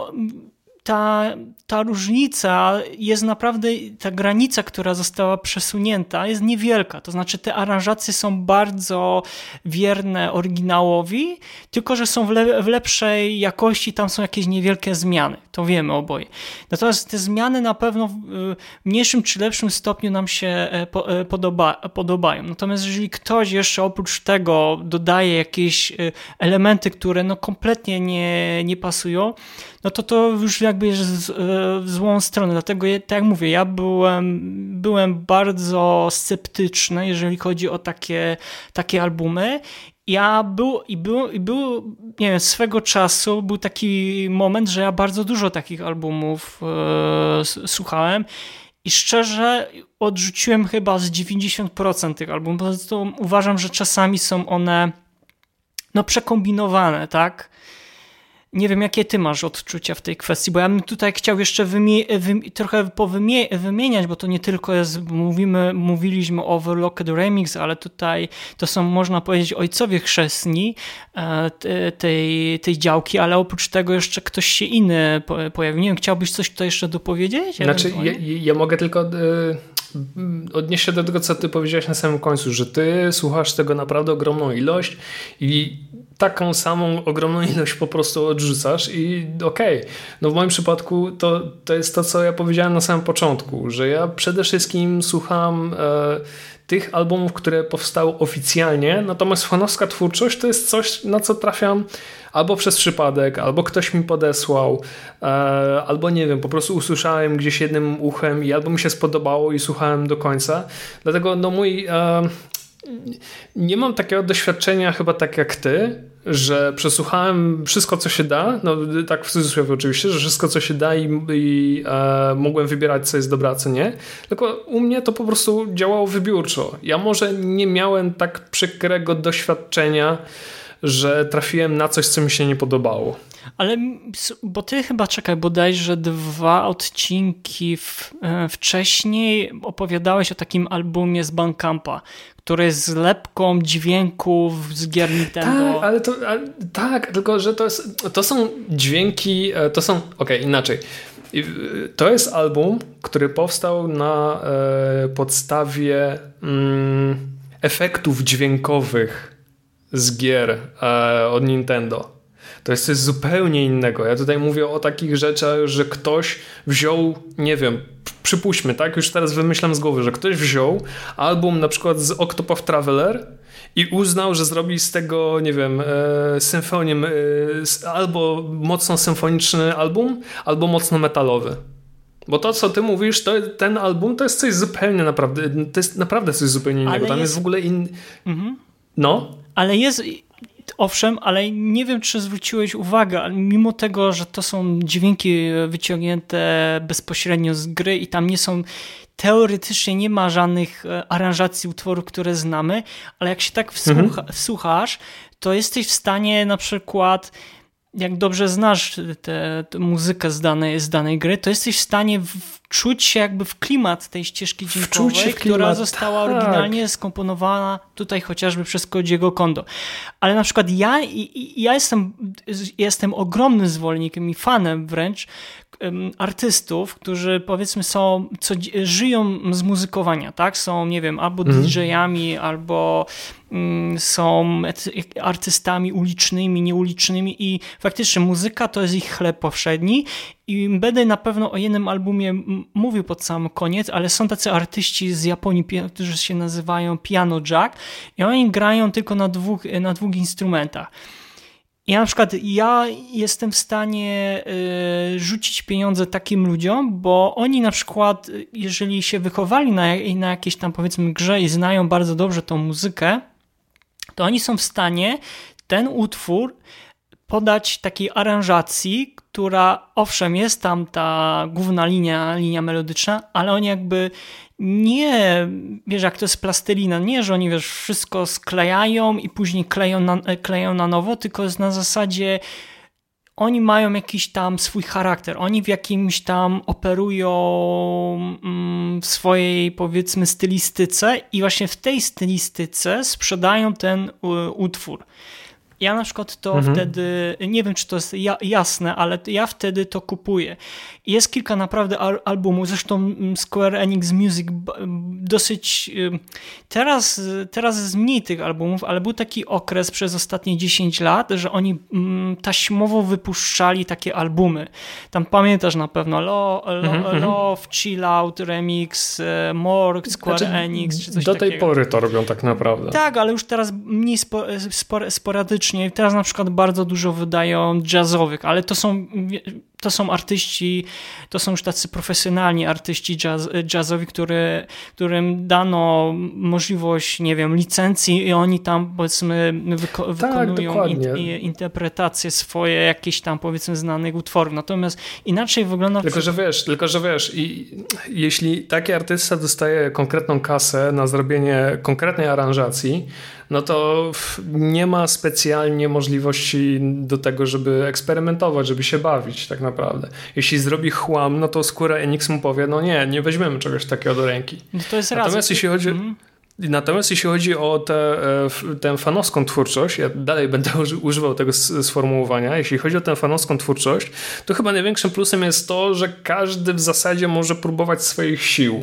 Speaker 5: ta, ta różnica jest naprawdę, ta granica, która została przesunięta, jest niewielka. To znaczy te aranżacje są bardzo wierne oryginałowi, tylko że są w, le, w lepszej jakości, tam są jakieś niewielkie zmiany. To wiemy oboje. Natomiast te zmiany na pewno w mniejszym czy lepszym stopniu nam się podoba, podobają. Natomiast jeżeli ktoś jeszcze oprócz tego dodaje jakieś elementy, które no kompletnie nie, nie pasują, no to to już jakby jest w złą stronę. Dlatego, tak jak mówię, ja byłem, byłem bardzo sceptyczny, jeżeli chodzi o takie, takie albumy. Ja był i był, i był, nie wiem, swego czasu był taki moment, że ja bardzo dużo takich albumów e, słuchałem i szczerze odrzuciłem chyba z dziewięćdziesiąt procent tych albumów, bo to uważam, że czasami są one no przekombinowane, tak? Nie wiem, jakie ty masz odczucia w tej kwestii, bo ja bym tutaj chciał jeszcze wymie- wym- trochę powymie- wymieniać, bo to nie tylko jest, mówimy, mówiliśmy o Overlocked Remix, ale tutaj to są, można powiedzieć, ojcowie chrzestni e, tej, tej działki, ale oprócz tego jeszcze ktoś się inny po- pojawił. Nie wiem, chciałbyś coś tutaj jeszcze dopowiedzieć?
Speaker 4: Znaczy, ja, ja mogę tylko y, odnieść się do tego, co ty powiedziałeś na samym końcu, że ty słuchasz tego naprawdę ogromną ilość i taką samą ogromną ilość po prostu odrzucasz i okej. Okay. No w moim przypadku to, to jest to, co ja powiedziałem na samym początku, że ja przede wszystkim słucham e, tych albumów, które powstały oficjalnie, natomiast fanowska twórczość to jest coś, na co trafiam albo przez przypadek, albo ktoś mi podesłał, e, albo nie wiem, po prostu usłyszałem gdzieś jednym uchem i albo mi się spodobało i słuchałem do końca. Dlatego no mój... E, nie mam takiego doświadczenia chyba tak jak ty, że przesłuchałem wszystko, co się da, no tak w cudzysłowie oczywiście, że wszystko, co się da i, i e, mogłem wybierać, co jest dobre, a co nie, tylko u mnie to po prostu działało wybiórczo. Ja może nie miałem tak przykrego doświadczenia, że trafiłem na coś, co mi się nie podobało.
Speaker 5: Ale, bo ty chyba, czekaj, bodajże dwa odcinki w, e, wcześniej opowiadałeś o takim albumie z Bandcampa, który jest zlepką dźwięków z gier Nintendo.
Speaker 4: Tak, ale to, ale, tak, tylko że to, jest, to są dźwięki, to są, okej, okay, inaczej. To jest album, który powstał na e, podstawie mm, efektów dźwiękowych z gier e, od Nintendo. To jest coś zupełnie innego. Ja tutaj mówię o takich rzeczach, że ktoś wziął, nie wiem, przypuśćmy, tak? Już teraz wymyślam z głowy, że ktoś wziął album na przykład z Octopath Traveler i uznał, że zrobi z tego, nie wiem, e, symfonię, e, albo mocno symfoniczny album, albo mocno metalowy. Bo to, co ty mówisz, to ten album to jest coś zupełnie naprawdę, to jest naprawdę coś zupełnie innego. Ale Tam jest... jest w ogóle inny... Mhm. No.
Speaker 5: Ale jest... Owszem, ale nie wiem, czy zwróciłeś uwagę, ale mimo tego, że to są dźwięki wyciągnięte bezpośrednio z gry i tam nie są, teoretycznie nie ma żadnych aranżacji utworów, które znamy, ale jak się tak wsłucha, mhm. wsłuchasz, to jesteś w stanie na przykład jak dobrze znasz tę muzykę z danej, z danej gry, to jesteś w stanie wczuć się jakby w klimat tej ścieżki dźwiękowej, która została tak. oryginalnie skomponowana tutaj chociażby przez Kojiego Kondo. Ale na przykład ja, ja jestem, jestem ogromnym zwolennikiem i fanem wręcz artystów, którzy powiedzmy są, co, żyją z muzykowania, tak? Są, nie wiem, albo mm. didżejami, albo mm, są artystami ulicznymi, nieulicznymi i faktycznie muzyka to jest ich chleb powszedni i będę na pewno o jednym albumie mówił pod sam koniec, ale są tacy artyści z Japonii, którzy się nazywają Piano Jack i oni grają tylko na dwóch, na dwóch instrumentach. Ja na przykład ja jestem w stanie y, rzucić pieniądze takim ludziom, bo oni na przykład, jeżeli się wychowali na, na jakiejś tam powiedzmy grze i znają bardzo dobrze tą muzykę, to oni są w stanie ten utwór podać takiej aranżacji, która owszem jest tam ta główna linia, linia melodyczna, ale oni jakby nie, wiesz, jak to jest plastelina, nie, że oni, wiesz, wszystko sklejają i później kleją na, kleją na nowo, tylko jest na zasadzie oni mają jakiś tam swój charakter, oni w jakimś tam operują mm, w swojej, powiedzmy, stylistyce i właśnie w tej stylistyce sprzedają ten u, utwór. Ja na przykład to mhm. wtedy, nie wiem czy to jest jasne, ale ja wtedy to kupuję. Jest kilka naprawdę albumów, zresztą Square Enix Music dosyć, teraz, teraz jest mniej tych albumów, ale był taki okres przez ostatnie dziesięć lat, że oni taśmowo wypuszczali takie albumy. Tam pamiętasz na pewno Lo, Lo, mhm, Love, Chill Out, Remix, More, Square znaczy, Enix czy coś
Speaker 4: do
Speaker 5: takiego.
Speaker 4: tej pory to robią tak naprawdę.
Speaker 5: Tak, ale już teraz mniej spo, spor, sporadycznie. Teraz na przykład bardzo dużo wydają jazzowych, ale to są, to są artyści, to są już tacy profesjonalni artyści jazz, jazzowi, który, którym dano możliwość, nie wiem, licencji i oni tam powiedzmy wyko- tak, wykonują in, interpretacje swoje jakichś tam powiedzmy znanych utworów. Natomiast inaczej wygląda...
Speaker 4: Tylko, że wiesz, tylko, że wiesz i jeśli taki artysta dostaje konkretną kasę na zrobienie konkretnej aranżacji, no to nie ma specjalnie możliwości do tego, żeby eksperymentować, żeby się bawić tak naprawdę. Jeśli zrobi chłam, no to Square Enix mu powie, no nie, nie weźmiemy czegoś takiego do ręki.
Speaker 5: No to jest
Speaker 4: Natomiast
Speaker 5: razem.
Speaker 4: jeśli chodzi... Mm. Natomiast jeśli chodzi o tę, tę fanowską twórczość, ja dalej będę używał tego sformułowania, jeśli chodzi o tę fanowską twórczość, to chyba największym plusem jest to, że każdy w zasadzie może próbować swoich sił.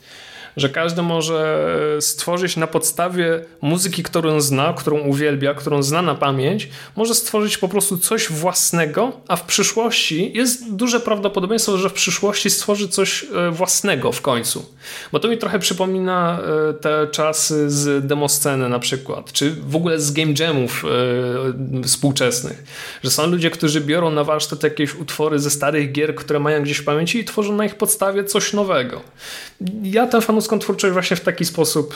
Speaker 4: Że każdy może stworzyć na podstawie muzyki, którą zna, którą uwielbia, którą zna na pamięć, może stworzyć po prostu coś własnego, a w przyszłości jest duże prawdopodobieństwo, że w przyszłości stworzy coś własnego w końcu. Bo to mi trochę przypomina te czasy z demosceny na przykład, czy w ogóle z game jamów współczesnych, że są ludzie, którzy biorą na warsztat jakieś utwory ze starych gier, które mają gdzieś w pamięci i tworzą na ich podstawie coś nowego. Ja ten fan twórczość właśnie w taki sposób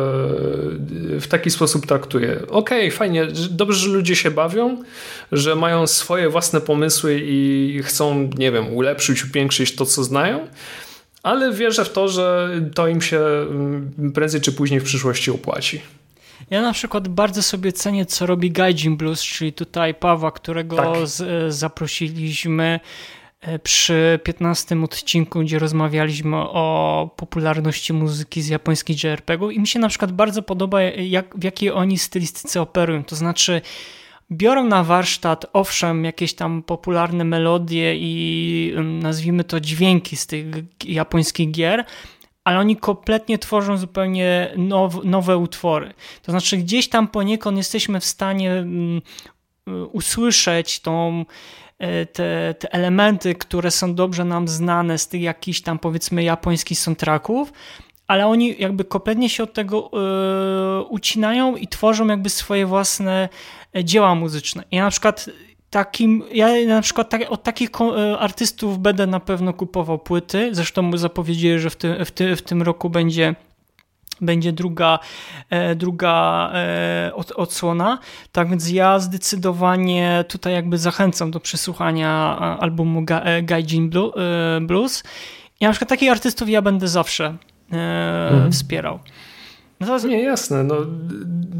Speaker 4: w taki sposób traktuję. Okej, okay, fajnie, dobrze, że ludzie się bawią, że mają swoje własne pomysły i chcą, nie wiem, ulepszyć, upiększyć to, co znają, ale wierzę w to, że to im się prędzej czy później w przyszłości opłaci.
Speaker 5: Ja na przykład bardzo sobie cenię, co robi Gaijin Blues, czyli tutaj Pawła, którego tak. z, zaprosiliśmy przy piętnastym odcinku, gdzie rozmawialiśmy o popularności muzyki z japońskich J R P G-ów i mi się na przykład bardzo podoba, jak, w jakiej oni stylistyce operują. To znaczy biorą na warsztat, owszem, jakieś tam popularne melodie i nazwijmy to dźwięki z tych japońskich gier, ale oni kompletnie tworzą zupełnie now, nowe utwory. To znaczy gdzieś tam poniekąd jesteśmy w stanie um, usłyszeć tą Te, te elementy, które są dobrze nam znane z tych jakichś tam powiedzmy japońskich soundtracków, ale oni jakby kompletnie się od tego yy, ucinają i tworzą jakby swoje własne dzieła muzyczne. Ja na przykład takim, ja na przykład tak, od takich artystów będę na pewno kupował płyty, zresztą zapowiedzieli, że w, ty, w, ty, w tym roku będzie będzie druga, e, druga e, od, odsłona. Tak więc ja zdecydowanie tutaj jakby zachęcam do przesłuchania albumu Ga, e, Gaijin Blue, e, Blues. I na przykład takich artystów ja będę zawsze e, mhm. wspierał.
Speaker 4: No to... Nie, jasne. No,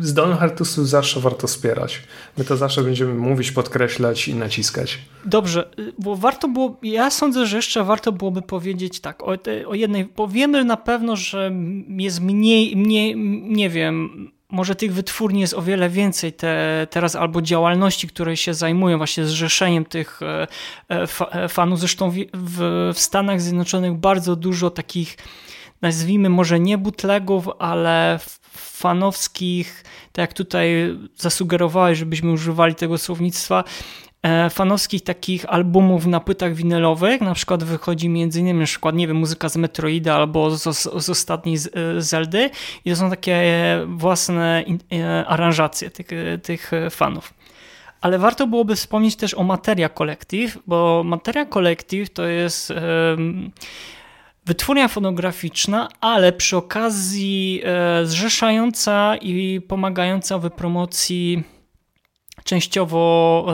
Speaker 4: zdolnych artystów zawsze warto wspierać. My to zawsze będziemy mówić, podkreślać i naciskać.
Speaker 5: Dobrze, bo warto było, ja sądzę, że jeszcze warto byłoby powiedzieć tak, o, o jednej, bo wiemy na pewno, że jest mniej, mniej, nie wiem, może tych wytwórni jest o wiele więcej te, teraz, albo działalności, które się zajmują właśnie zrzeszeniem tych fa, fanów. Zresztą w, w, w Stanach Zjednoczonych bardzo dużo takich, nazwijmy może nie bootlegów, ale fanowskich, tak jak tutaj zasugerowałeś, żebyśmy używali tego słownictwa, fanowskich takich albumów na płytach winylowych, na przykład wychodzi między innymi na przykład, nie wiem, muzyka z Metroida albo z, z ostatniej Zeldy i to są takie własne aranżacje tych, tych fanów. Ale warto byłoby wspomnieć też o Materia Collective, bo Materia Collective to jest um, wytwórnia fonograficzna, ale przy okazji e, zrzeszająca i pomagająca w promocji częściowo,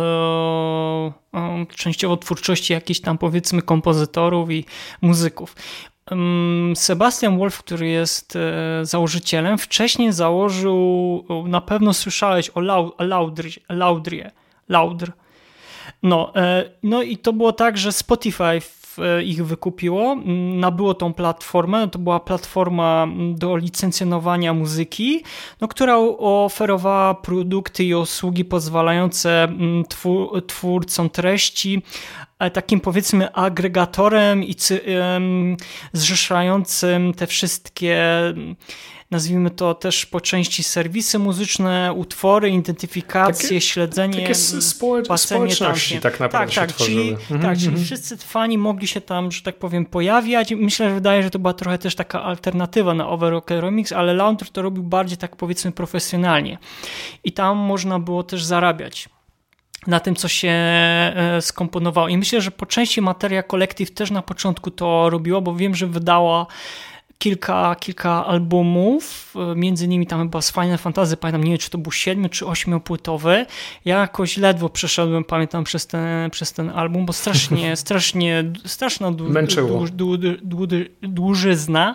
Speaker 5: e, e, częściowo twórczości jakichś tam, powiedzmy, kompozytorów i muzyków. Sebastian Wolf, który jest e, założycielem, wcześniej założył, na pewno słyszałeś o Laudrie, Laudrie, Laudr. No, e, no i to było tak, że Spotify ich wykupiło, nabyło tą platformę, to była platforma do licencjonowania muzyki, no, która oferowała produkty i usługi pozwalające twór, twórcom treści, takim, powiedzmy, agregatorem i um, zrzeszającym te wszystkie, nazwijmy to też po części serwisy muzyczne, utwory, identyfikacje, takie, śledzenie,
Speaker 4: takie społecz- społeczności tak, tak naprawdę
Speaker 5: tak,
Speaker 4: się
Speaker 5: tak, czyli,
Speaker 4: mhm.
Speaker 5: tak, czyli wszyscy fani mogli się tam, że tak powiem, pojawiać. Myślę, że wydaje, że to była trochę też taka alternatywa na Overrocker Remix, ale Laundry to robił bardziej tak, powiedzmy, profesjonalnie. I tam można było też zarabiać na tym, co się skomponowało. I myślę, że po części Materia Collective też na początku to robiło, bo wiem, że wydała kilka, kilka albumów, między innymi tam chyba z Final Fantasy, pamiętam, nie wiem, czy to był siedmiu czy ośmiopłytowy. Ja jakoś ledwo przeszedłem, pamiętam, przez ten, przez ten album, bo strasznie, strasznie, straszna dłu, dłu, dłu, dłu, dłużyzna.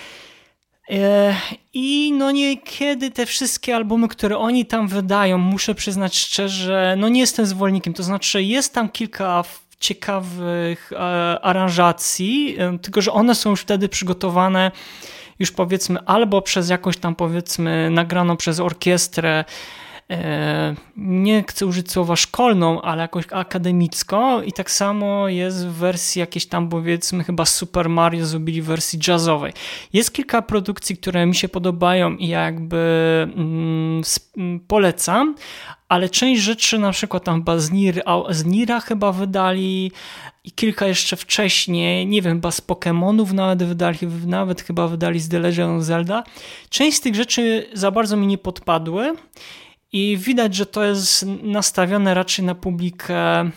Speaker 5: I no niekiedy te wszystkie albumy, które oni tam wydają, muszę przyznać szczerze, no nie jestem zwolennikiem, to znaczy jest tam kilka ciekawych e, aranżacji, e, tylko że one są już wtedy przygotowane już, powiedzmy, albo przez jakąś tam, powiedzmy, nagraną przez orkiestrę, e, nie chcę użyć słowa szkolną, ale jakąś akademicką, i tak samo jest w wersji jakiejś tam, powiedzmy, chyba Super Mario zrobili w wersji jazzowej. Jest kilka produkcji, które mi się podobają i jakby mm, polecam, ale część rzeczy, na przykład tam chyba z, Nir, z Nira chyba wydali i kilka jeszcze wcześniej, nie wiem, chyba z Pokemonów nawet wydali, nawet chyba wydali z The Legend of Zelda. Część z tych rzeczy za bardzo mi nie podpadły i widać, że to jest nastawione raczej na publikę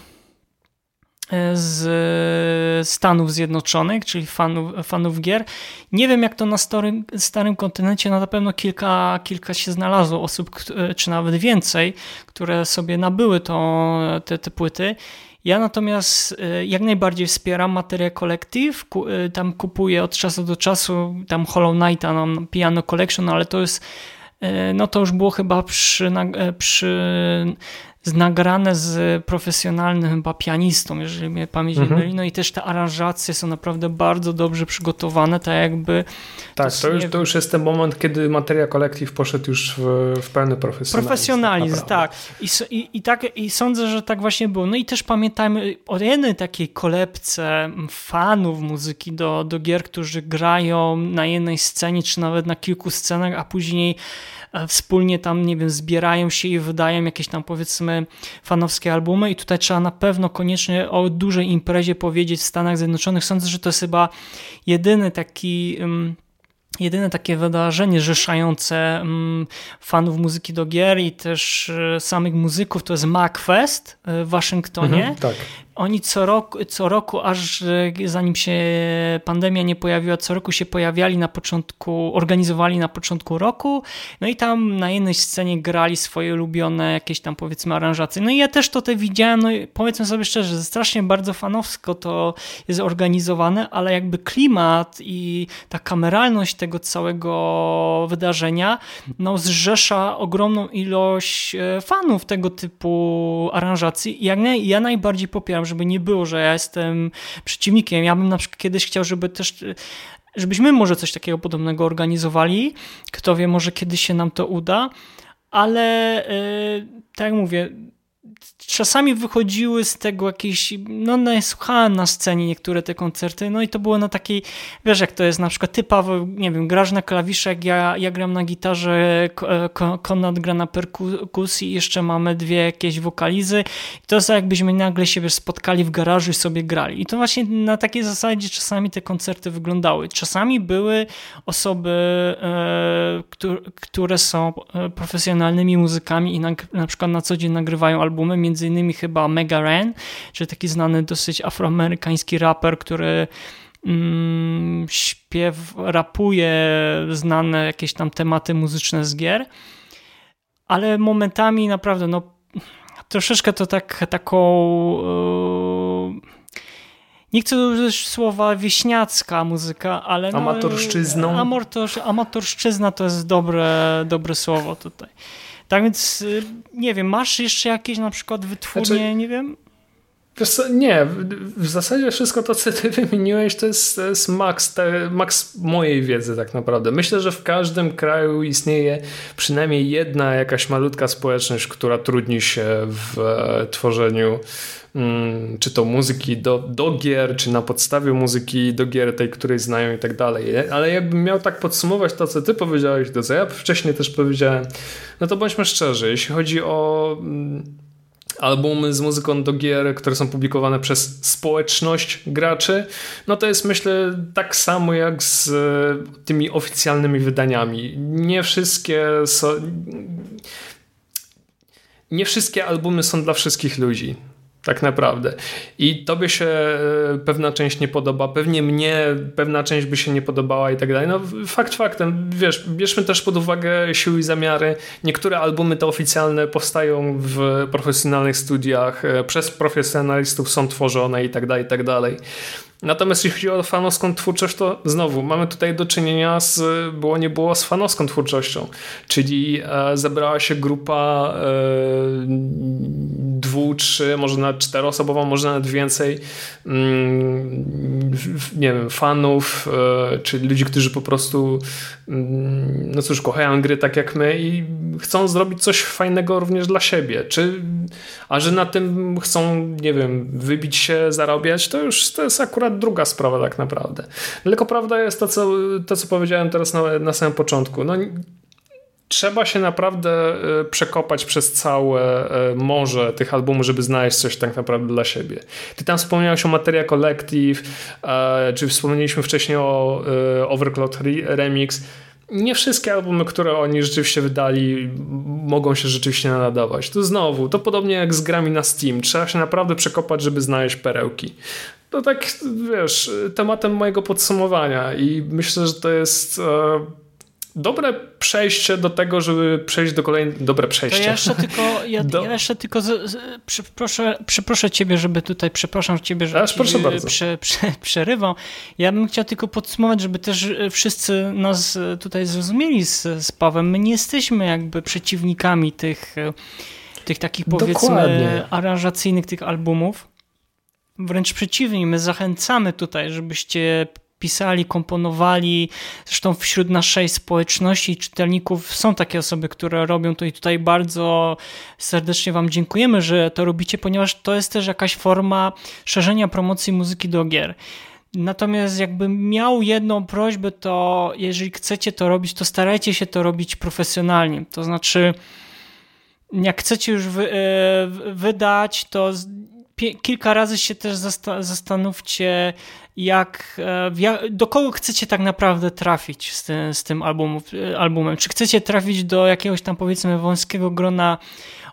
Speaker 5: z Stanów Zjednoczonych, czyli fanów, fanów gier. Nie wiem, jak to na starym, starym kontynencie, no na pewno kilka, kilka się znalazło osób, czy nawet więcej, które sobie nabyły to, te, te płyty. Ja natomiast jak najbardziej wspieram Materia Collective, tam kupuję od czasu do czasu tam Hollow Knighta, no, Piano Collection, ale to jest, no to już było chyba przy, przy nagrane z profesjonalnym chyba pianistą, jeżeli mnie pamięć nie myli. No i też te aranżacje są naprawdę bardzo dobrze przygotowane, tak jakby...
Speaker 4: Tak, to, to, już, to już jest ten moment, kiedy Materia Collective poszedł już w, w pełny profesjonalizm.
Speaker 5: Profesjonalizm, tak. I, i, i tak. I sądzę, że tak właśnie było. No i też pamiętajmy o jednej takiej kolebce fanów muzyki do, do gier, którzy grają na jednej scenie, czy nawet na kilku scenach, a później wspólnie tam, nie wiem, zbierają się i wydają jakieś tam, powiedzmy, fanowskie albumy, i tutaj trzeba na pewno koniecznie o dużej imprezie powiedzieć w Stanach Zjednoczonych. Sądzę, że to jest chyba jedyny taki... Um, Jedyne takie wydarzenie zrzeszające um, fanów muzyki do gier i też y, samych muzyków, to jest MagFest w Waszyngtonie.
Speaker 4: Mhm, tak.
Speaker 5: oni co roku, co roku, aż zanim się pandemia nie pojawiła, co roku się pojawiali na początku, organizowali na początku roku, no i tam na jednej scenie grali swoje ulubione jakieś tam powiedzmy aranżacje. No i ja też to te widziałem, no i powiedzmy sobie szczerze, strasznie bardzo fanowsko to jest organizowane, ale jakby klimat i ta kameralność tego całego wydarzenia, no zrzesza ogromną ilość fanów tego typu aranżacji i jak naj, ja najbardziej popieram, żeby nie było, że ja jestem przeciwnikiem. Ja bym na przykład kiedyś chciał, żeby też, żebyśmy może coś takiego podobnego organizowali. Kto wie, może kiedyś się nam to uda, ale yy, tak jak mówię, czasami wychodziły z tego jakieś, no, no słuchałem na scenie niektóre te koncerty, no i to było na takiej, wiesz jak to jest, na przykład ty Paweł, nie wiem, grasz na klawiszach, ja, ja gram na gitarze, Konrad gra na perkusji, jeszcze mamy dwie jakieś wokalizy i to jest jakbyśmy nagle się wiesz, spotkali w garażu i sobie grali. I to właśnie na takiej zasadzie czasami te koncerty wyglądały. Czasami były osoby, e, które, które są profesjonalnymi muzykami i na, na przykład na co dzień nagrywają albumy, między innymi chyba Mega Ran, czyli taki znany dosyć afroamerykański raper, który mm, śpiew, rapuje znane jakieś tam tematy muzyczne z gier, ale momentami naprawdę no troszeczkę to tak taką yy, nie chcę użyć słowa wieśniacka muzyka, ale no,
Speaker 4: amatorszczyzną.
Speaker 5: Amator, amatorszczyzna to jest dobre, dobre słowo tutaj. Tak więc, nie wiem, masz jeszcze jakieś na przykład wytwórnie, znaczy, nie wiem?
Speaker 4: Wiesz co, nie, w, w zasadzie wszystko to, co ty wymieniłeś, to jest, to jest maks, te, maks mojej wiedzy tak naprawdę. Myślę, że w każdym kraju istnieje przynajmniej jedna jakaś malutka społeczność, która trudni się w e, tworzeniu mm, czy to muzyki do, do gier, czy na podstawie muzyki do gier tej, której znają i tak dalej. Ale jakbym miał tak podsumować to, co ty powiedziałeś, to co ja wcześniej też powiedziałem, no to bądźmy szczerzy, jeśli chodzi o mm, albumy z muzyką do gier, które są publikowane przez społeczność graczy, no to jest myślę tak samo jak z tymi oficjalnymi wydaniami. Nie wszystkie są, nie wszystkie albumy są dla wszystkich ludzi. Tak naprawdę. I tobie się pewna część nie podoba, pewnie mnie pewna część by się nie podobała i tak dalej. No fakt faktem, wiesz, bierzmy też pod uwagę siły i zamiary. Niektóre albumy te oficjalne powstają w profesjonalnych studiach, przez profesjonalistów są tworzone i tak dalej, i tak dalej. Natomiast jeśli chodzi o fanowską twórczość, to znowu mamy tutaj do czynienia z, było nie było, z fanowską twórczością, czyli e, zebrała się grupa e, dwu, trzy, może nawet czteroosobowa, może nawet więcej mm, nie wiem, fanów, e, czyli ludzi, którzy po prostu mm, no cóż, kochają gry tak jak my i chcą zrobić coś fajnego również dla siebie, czy a że na tym chcą, nie wiem, wybić się, zarabiać, to już to jest akurat druga sprawa tak naprawdę. Tylko prawda jest to, co, to, co powiedziałem teraz na, na samym początku. No, trzeba się naprawdę przekopać przez całe morze tych albumów, żeby znaleźć coś tak naprawdę dla siebie. Ty tam wspomniałeś o Materia Collective, czy wspomnieliśmy wcześniej o Overclock Remix. Nie wszystkie albumy, które oni rzeczywiście wydali, mogą się rzeczywiście nadawać. To znowu, to podobnie jak z grami na Steam. Trzeba się naprawdę przekopać, żeby znaleźć perełki. To tak, wiesz, tematem mojego podsumowania i myślę, że to jest e, dobre przejście do tego, żeby przejść do kolejnego... Dobre przejście.
Speaker 5: To ja jeszcze tylko, ja, do... ja jeszcze tylko z, z, przeproszę, przeproszę ciebie, żeby tutaj, przepraszam ciebie, że
Speaker 4: Aż proszę bardzo.
Speaker 5: Prze, prze, przerywam. Ja bym chciał tylko podsumować, żeby też wszyscy nas tutaj zrozumieli z, z Pawłem. My nie jesteśmy jakby przeciwnikami tych, tych takich powiedzmy
Speaker 4: Dokładnie.
Speaker 5: aranżacyjnych tych albumów. Wręcz przeciwnie, my zachęcamy tutaj, żebyście pisali, komponowali. Zresztą wśród naszej społeczności czytelników są takie osoby, które robią to i tutaj bardzo serdecznie wam dziękujemy, że to robicie, ponieważ to jest też jakaś forma szerzenia promocji muzyki do gier. Natomiast jakbym miał jedną prośbę, to jeżeli chcecie to robić, to starajcie się to robić profesjonalnie. To znaczy, jak chcecie już wy, wydać, to kilka razy się też zastanówcie, jak, do kogo chcecie tak naprawdę trafić z tym, z tym albumem. Czy chcecie trafić do jakiegoś tam powiedzmy wąskiego grona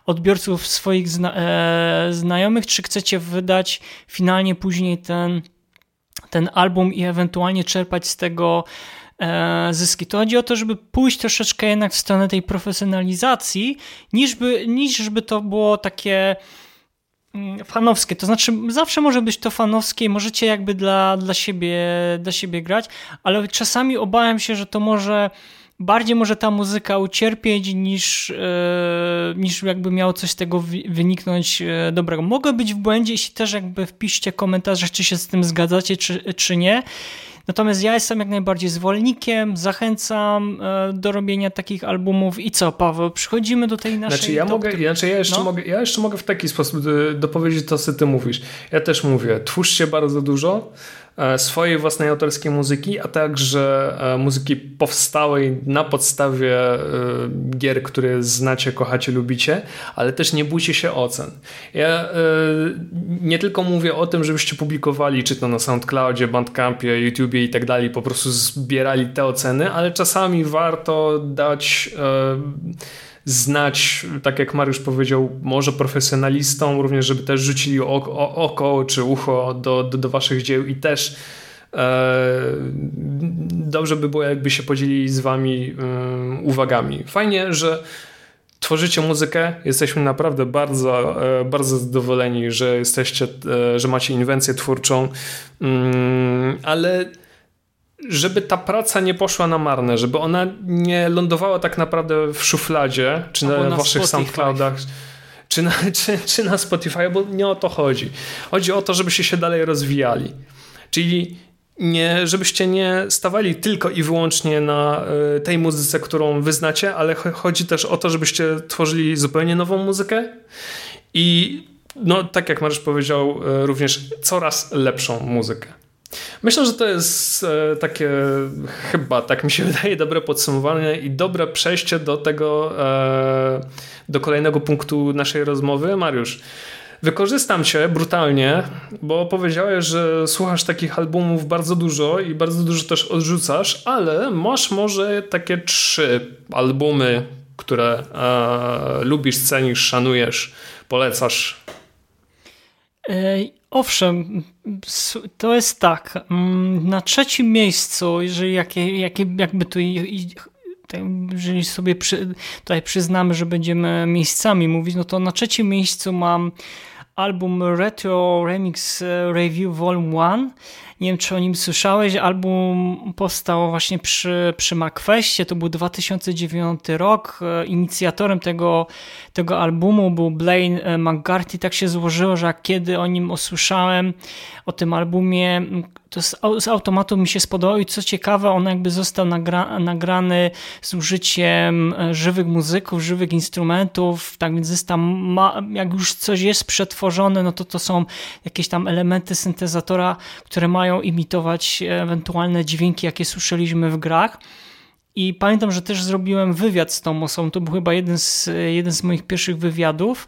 Speaker 5: odbiorców swoich zna- e, znajomych, czy chcecie wydać finalnie później ten, ten album i ewentualnie czerpać z tego e, zyski. To chodzi o to, żeby pójść troszeczkę jednak w stronę tej profesjonalizacji, niż by, niż żeby to było takie fanowskie, to znaczy zawsze może być to fanowskie i możecie jakby dla, dla, siebie, dla siebie grać, ale czasami obawiam się, że to może bardziej może ta muzyka ucierpieć niż, e, niż jakby miało coś z tego wyniknąć e, dobrego. Mogę być w błędzie, jeśli też jakby wpiszcie komentarze, czy się z tym zgadzacie, czy, czy nie. Natomiast ja jestem jak najbardziej zwolennikiem, zachęcam e, do robienia takich albumów. I co, Paweł, przychodzimy do tej naszej...
Speaker 4: Znaczy ja, mogę, znaczy ja, jeszcze,
Speaker 5: no?
Speaker 4: mogę, ja jeszcze mogę w taki sposób dopowiedzieć to, co ty mówisz. Ja też mówię, twórzcie bardzo dużo swojej własnej autorskiej muzyki, a także muzyki powstałej na podstawie gier, które znacie, kochacie, lubicie, ale też nie bójcie się ocen. Ja nie tylko mówię o tym, żebyście publikowali, czy to na SoundCloudzie, Bandcampie, YouTubie i tak dalej, po prostu zbierali te oceny, ale czasami warto dać znać, tak jak Mariusz powiedział, może profesjonalistom, również żeby też rzucili oko, oko czy ucho do, do, do waszych dzieł i też e, dobrze by było, jakby się podzielili z wami e, uwagami. Fajnie, że tworzycie muzykę, jesteśmy naprawdę bardzo, e, bardzo zadowoleni, że jesteście, e, że macie inwencję twórczą, mm, ale żeby ta praca nie poszła na marne, żeby ona nie lądowała tak naprawdę w szufladzie, czy na, na waszych SoundCloudach, czy na, czy, czy na Spotify, bo nie o to chodzi. Chodzi o to, żebyście się dalej rozwijali. Czyli nie, żebyście nie stawali tylko i wyłącznie na y, tej muzyce, którą wyznacie, ale chodzi też o to, żebyście tworzyli zupełnie nową muzykę i no, tak jak Mariusz powiedział, y, również coraz lepszą muzykę. Myślę, że to jest e, takie, chyba, tak mi się wydaje, dobre podsumowanie i dobre przejście do tego, e, do kolejnego punktu naszej rozmowy. Mariusz, wykorzystam cię brutalnie, bo powiedziałeś, że słuchasz takich albumów bardzo dużo i bardzo dużo też odrzucasz, ale masz może takie trzy albumy, które e, lubisz, cenisz, szanujesz, polecasz.
Speaker 5: Owszem, to jest tak. Na trzecim miejscu, jeżeli jakie, jakie, jakby tu, jeżeli sobie przy, tutaj przyznamy, że będziemy miejscami mówić, no to na trzecim miejscu mam album Retro Remix Review Volume jeden. Nie wiem, czy o nim słyszałeś. Album powstał właśnie przy, przy McFestie. To był dwa tysiące dziewiąty rok. Inicjatorem tego, tego albumu był Blaine McGarty. Tak się złożyło, że jak kiedy o nim usłyszałem, o tym albumie, to z, z automatu mi się spodobało i co ciekawe, on jakby został nagra, nagrany z użyciem żywych muzyków, żywych instrumentów, tak więc jest tam, ma, jak już coś jest przetworzone, no to to są jakieś tam elementy syntezatora, które mają imitować ewentualne dźwięki, jakie słyszeliśmy w grach. I pamiętam, że też zrobiłem wywiad z tą osobą, to był chyba jeden z, jeden z moich pierwszych wywiadów.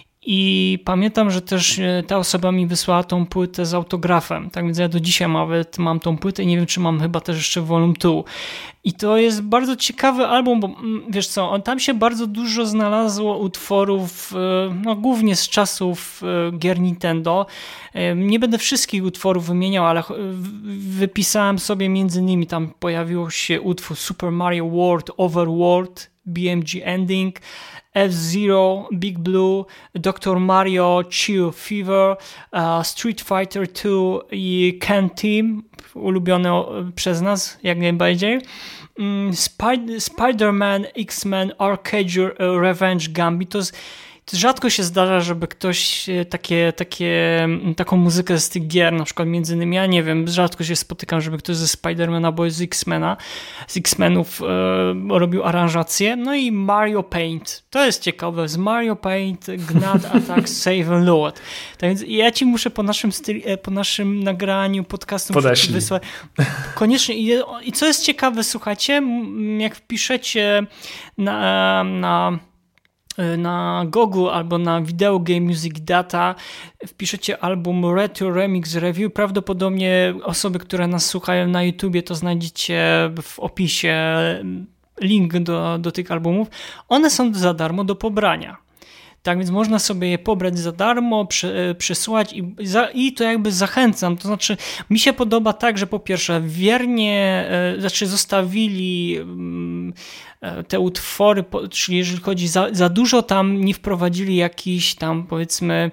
Speaker 5: I pamiętam, że też ta osoba mi wysłała tą płytę z autografem. Tak więc ja do dzisiaj nawet mam tą płytę i nie wiem, czy mam chyba też jeszcze Volume dwa. I to jest bardzo ciekawy album, bo wiesz co, on, tam się bardzo dużo znalazło utworów, no głównie z czasów gier Nintendo. Nie będę wszystkich utworów wymieniał, ale wypisałem sobie między innymi, tam pojawił się utwór Super Mario World, Overworld, B M G Ending, F-Zero, Big Blue, doktor Mario, Chill Fever, uh, Street Fighter dwa i Ken Team, ulubione przez nas jak najbardziej. Um, Spid- Spider-Man, X-Men, Arcade Revenge Gambit. To jest, to rzadko się zdarza, żeby ktoś takie, takie, taką muzykę z tych gier, na przykład między innymi, ja nie wiem, rzadko się spotykam, żeby ktoś ze Spidermana albo z X-Mena, z X-Menów e, robił aranżację. No i Mario Paint. To jest ciekawe. Z Mario Paint, Gnat Attack, Save and Load. Tak więc ja ci muszę po naszym, styl, po naszym nagraniu podcastu wysłać. Koniecznie. I, I co jest ciekawe, słuchajcie, jak wpiszecie na, na na Google albo na Video Game Music Data wpiszecie album Retro Remix Review, prawdopodobnie osoby, które nas słuchają na YouTubie, to znajdziecie w opisie link do, do tych albumów. One są za darmo do pobrania. Tak więc można sobie je pobrać za darmo, przy, przysłać i, za, i to jakby zachęcam. To znaczy mi się podoba tak, że po pierwsze wiernie, e, znaczy zostawili e, te utwory, po, czyli jeżeli chodzi za, za dużo tam nie wprowadzili jakichś tam powiedzmy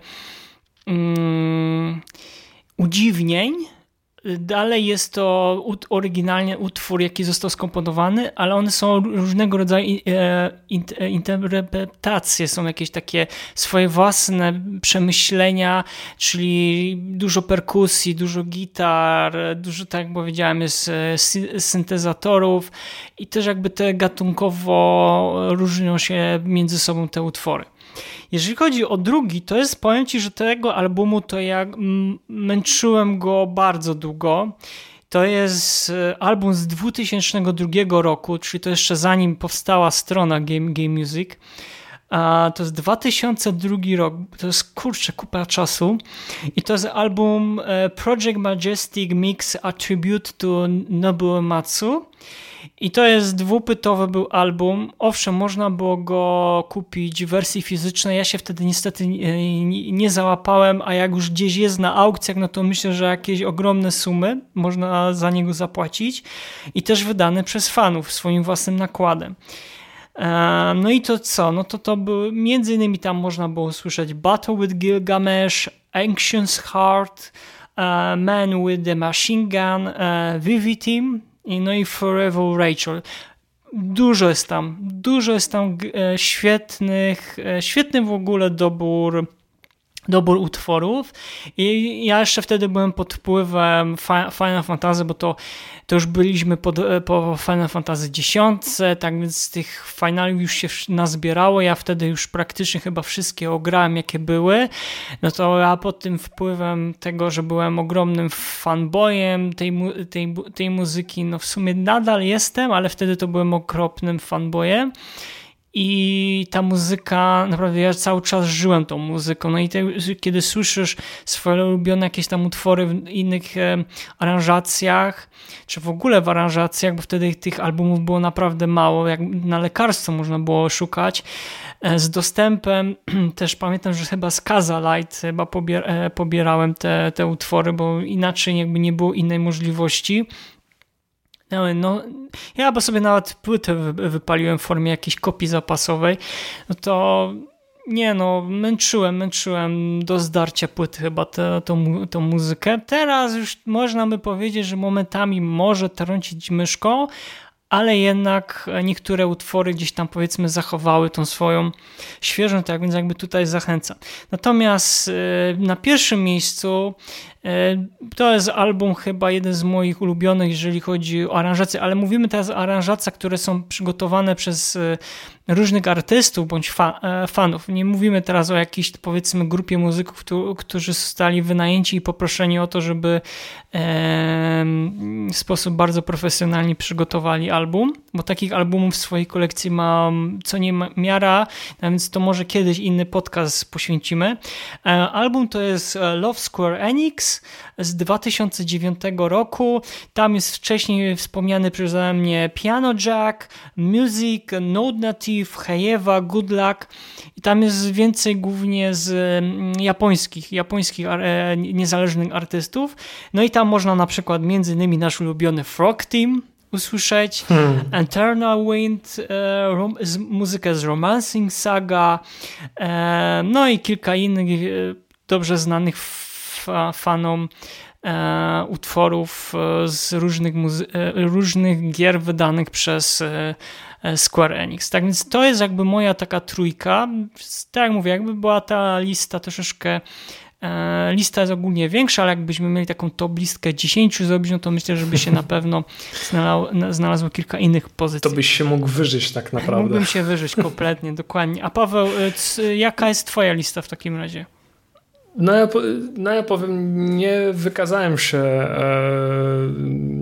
Speaker 5: um, udziwnień. Dalej jest to ut- oryginalnie utwór, jaki został skomponowany, ale one są różnego rodzaju e, int- interpretacje, są jakieś takie swoje własne przemyślenia, czyli dużo perkusji, dużo gitar, dużo, tak jak powiedziałem, jest sy- syntezatorów i też jakby te gatunkowo różnią się między sobą te utwory. Jeżeli chodzi o drugi, to jest, powiem Ci, że tego albumu to ja męczyłem go bardzo długo. To jest album z dwa tysiące drugiego roku, czyli to jeszcze zanim powstała strona Game, Game Music. A to jest dwa tysiące drugi rok, to jest kurczę kupa czasu i to jest album Project Majestic Mix A Tribute to Nobuo Uematsu. I to jest dwupłytowy był album. Owszem, można było go kupić w wersji fizycznej. Ja się wtedy niestety nie, nie załapałem, a jak już gdzieś jest na aukcjach, no to myślę, że jakieś ogromne sumy można za niego zapłacić. I też wydany przez fanów swoim własnym nakładem. No i to co? No to to były, między innymi tam można było usłyszeć Battle with Gilgamesh, Ancient's Heart, Man with the Machine Gun, Vivi Team, no i Forever Rachel. Dużo jest tam, dużo jest tam świetnych, świetny w ogóle dobór, dobór utworów i ja jeszcze wtedy byłem pod wpływem Final Fantasy, bo to, to już byliśmy pod, po Final Fantasy dziesięć, tak więc z tych finali już się nazbierało, ja wtedy już praktycznie chyba wszystkie ograłem jakie były, no to ja pod tym wpływem tego, że byłem ogromnym fanboyem tej, tej, tej muzyki, no w sumie nadal jestem, ale wtedy to byłem okropnym fanboyem. I ta muzyka, naprawdę ja cały czas żyłem tą muzyką. No i te, kiedy słyszysz swoje ulubione jakieś tam utwory w innych e, aranżacjach, czy w ogóle w aranżacjach, bo wtedy tych albumów było naprawdę mało, jak na lekarstwo można było szukać, e, z dostępem, też pamiętam, że chyba z Casa Light chyba pobier- e, pobierałem te, te utwory, bo inaczej jakby nie było innej możliwości. No, no, ja chyba sobie nawet płytę wypaliłem w formie jakiejś kopii zapasowej, no to nie no, męczyłem, męczyłem do zdarcia płyty chyba tę tą, tą muzykę. Teraz już można by powiedzieć, że momentami może trącić myszką, ale jednak niektóre utwory gdzieś tam powiedzmy zachowały tą swoją świeżą, tak więc jakby tutaj zachęcam. Natomiast na pierwszym miejscu to jest album chyba jeden z moich ulubionych, jeżeli chodzi o aranżacje, ale mówimy teraz o aranżacjach, które są przygotowane przez różnych artystów bądź fa- fanów. Nie mówimy teraz o jakiejś powiedzmy grupie muzyków, którzy zostali wynajęci i poproszeni o to, żeby w sposób bardzo profesjonalnie przygotowali album, bo takich albumów w swojej kolekcji mam co niemiara, więc to może kiedyś inny podcast poświęcimy. Album to jest Love Square Enix z dwa tysiące dziewiątego roku. Tam jest wcześniej wspomniany przeze mnie Piano Jack, Music, Node Native, Heieva, Good Luck i tam jest więcej głównie z japońskich, japońskich niezależnych artystów. No i tam można na przykład między innymi nasz ulubiony Frog Team usłyszeć, hmm. Eternal Wind, e, rom, z, muzykę z Romancing Saga, e, no i kilka innych e, dobrze znanych f, fanom e, utworów e, z różnych, muzy- e, różnych gier wydanych przez e, Square Enix. Tak więc to jest jakby moja taka trójka. Tak jak mówię, jakby była ta lista troszeczkę lista jest ogólnie większa, ale jakbyśmy mieli taką top listkę dziesięciu zrobić, no to myślę, żeby się na pewno znalazło, znalazło kilka innych pozycji.
Speaker 4: To byś się mógł wyżyć tak naprawdę.
Speaker 5: Mógłbym się wyżyć kompletnie, dokładnie. A Paweł, jaka jest twoja lista w takim razie?
Speaker 4: No ja, no ja powiem, nie wykazałem się e,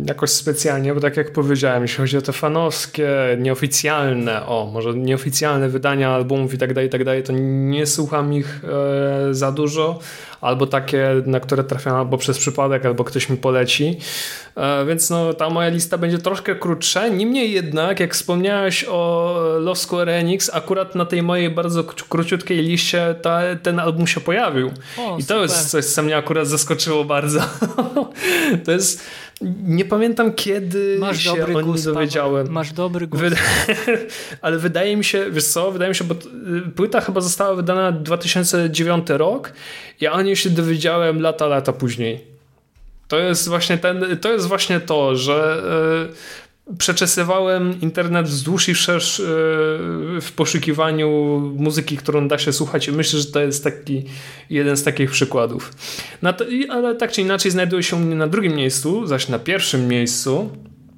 Speaker 4: jakoś specjalnie, bo tak jak powiedziałem, jeśli chodzi o te fanowskie, nieoficjalne, o może nieoficjalne wydania albumów i tak dalej, i tak dalej, to nie słucham ich e, za dużo, albo takie, na które trafiam albo przez przypadek, albo ktoś mi poleci. E, więc no, ta moja lista będzie troszkę krótsza. Niemniej jednak, jak wspomniałeś o Love Square Enix, akurat na tej mojej bardzo króciutkiej liście ta, ten album się pojawił. O, I to super. Jest coś, co mnie akurat zaskoczyło bardzo. To jest... Nie pamiętam, kiedy
Speaker 5: Masz
Speaker 4: się
Speaker 5: dobry
Speaker 4: o nim
Speaker 5: gust,
Speaker 4: dowiedziałem.
Speaker 5: Paweł. Masz dobry gust.
Speaker 4: Wyda... Ale wydaje mi się, wiesz co, wydaje mi się, bo płyta chyba została wydana dwa tysiące dziewiąty rok. Ja o niej się dowiedziałem lata, lata później. To jest właśnie ten, to jest właśnie to, że yy, przeczesywałem internet wzdłuż i wszerz yy, w poszukiwaniu muzyki, którą da się słuchać i myślę, że to jest taki jeden z takich przykładów. Na to, ale tak czy inaczej znajduje się u mnie na drugim miejscu, zaś na pierwszym miejscu.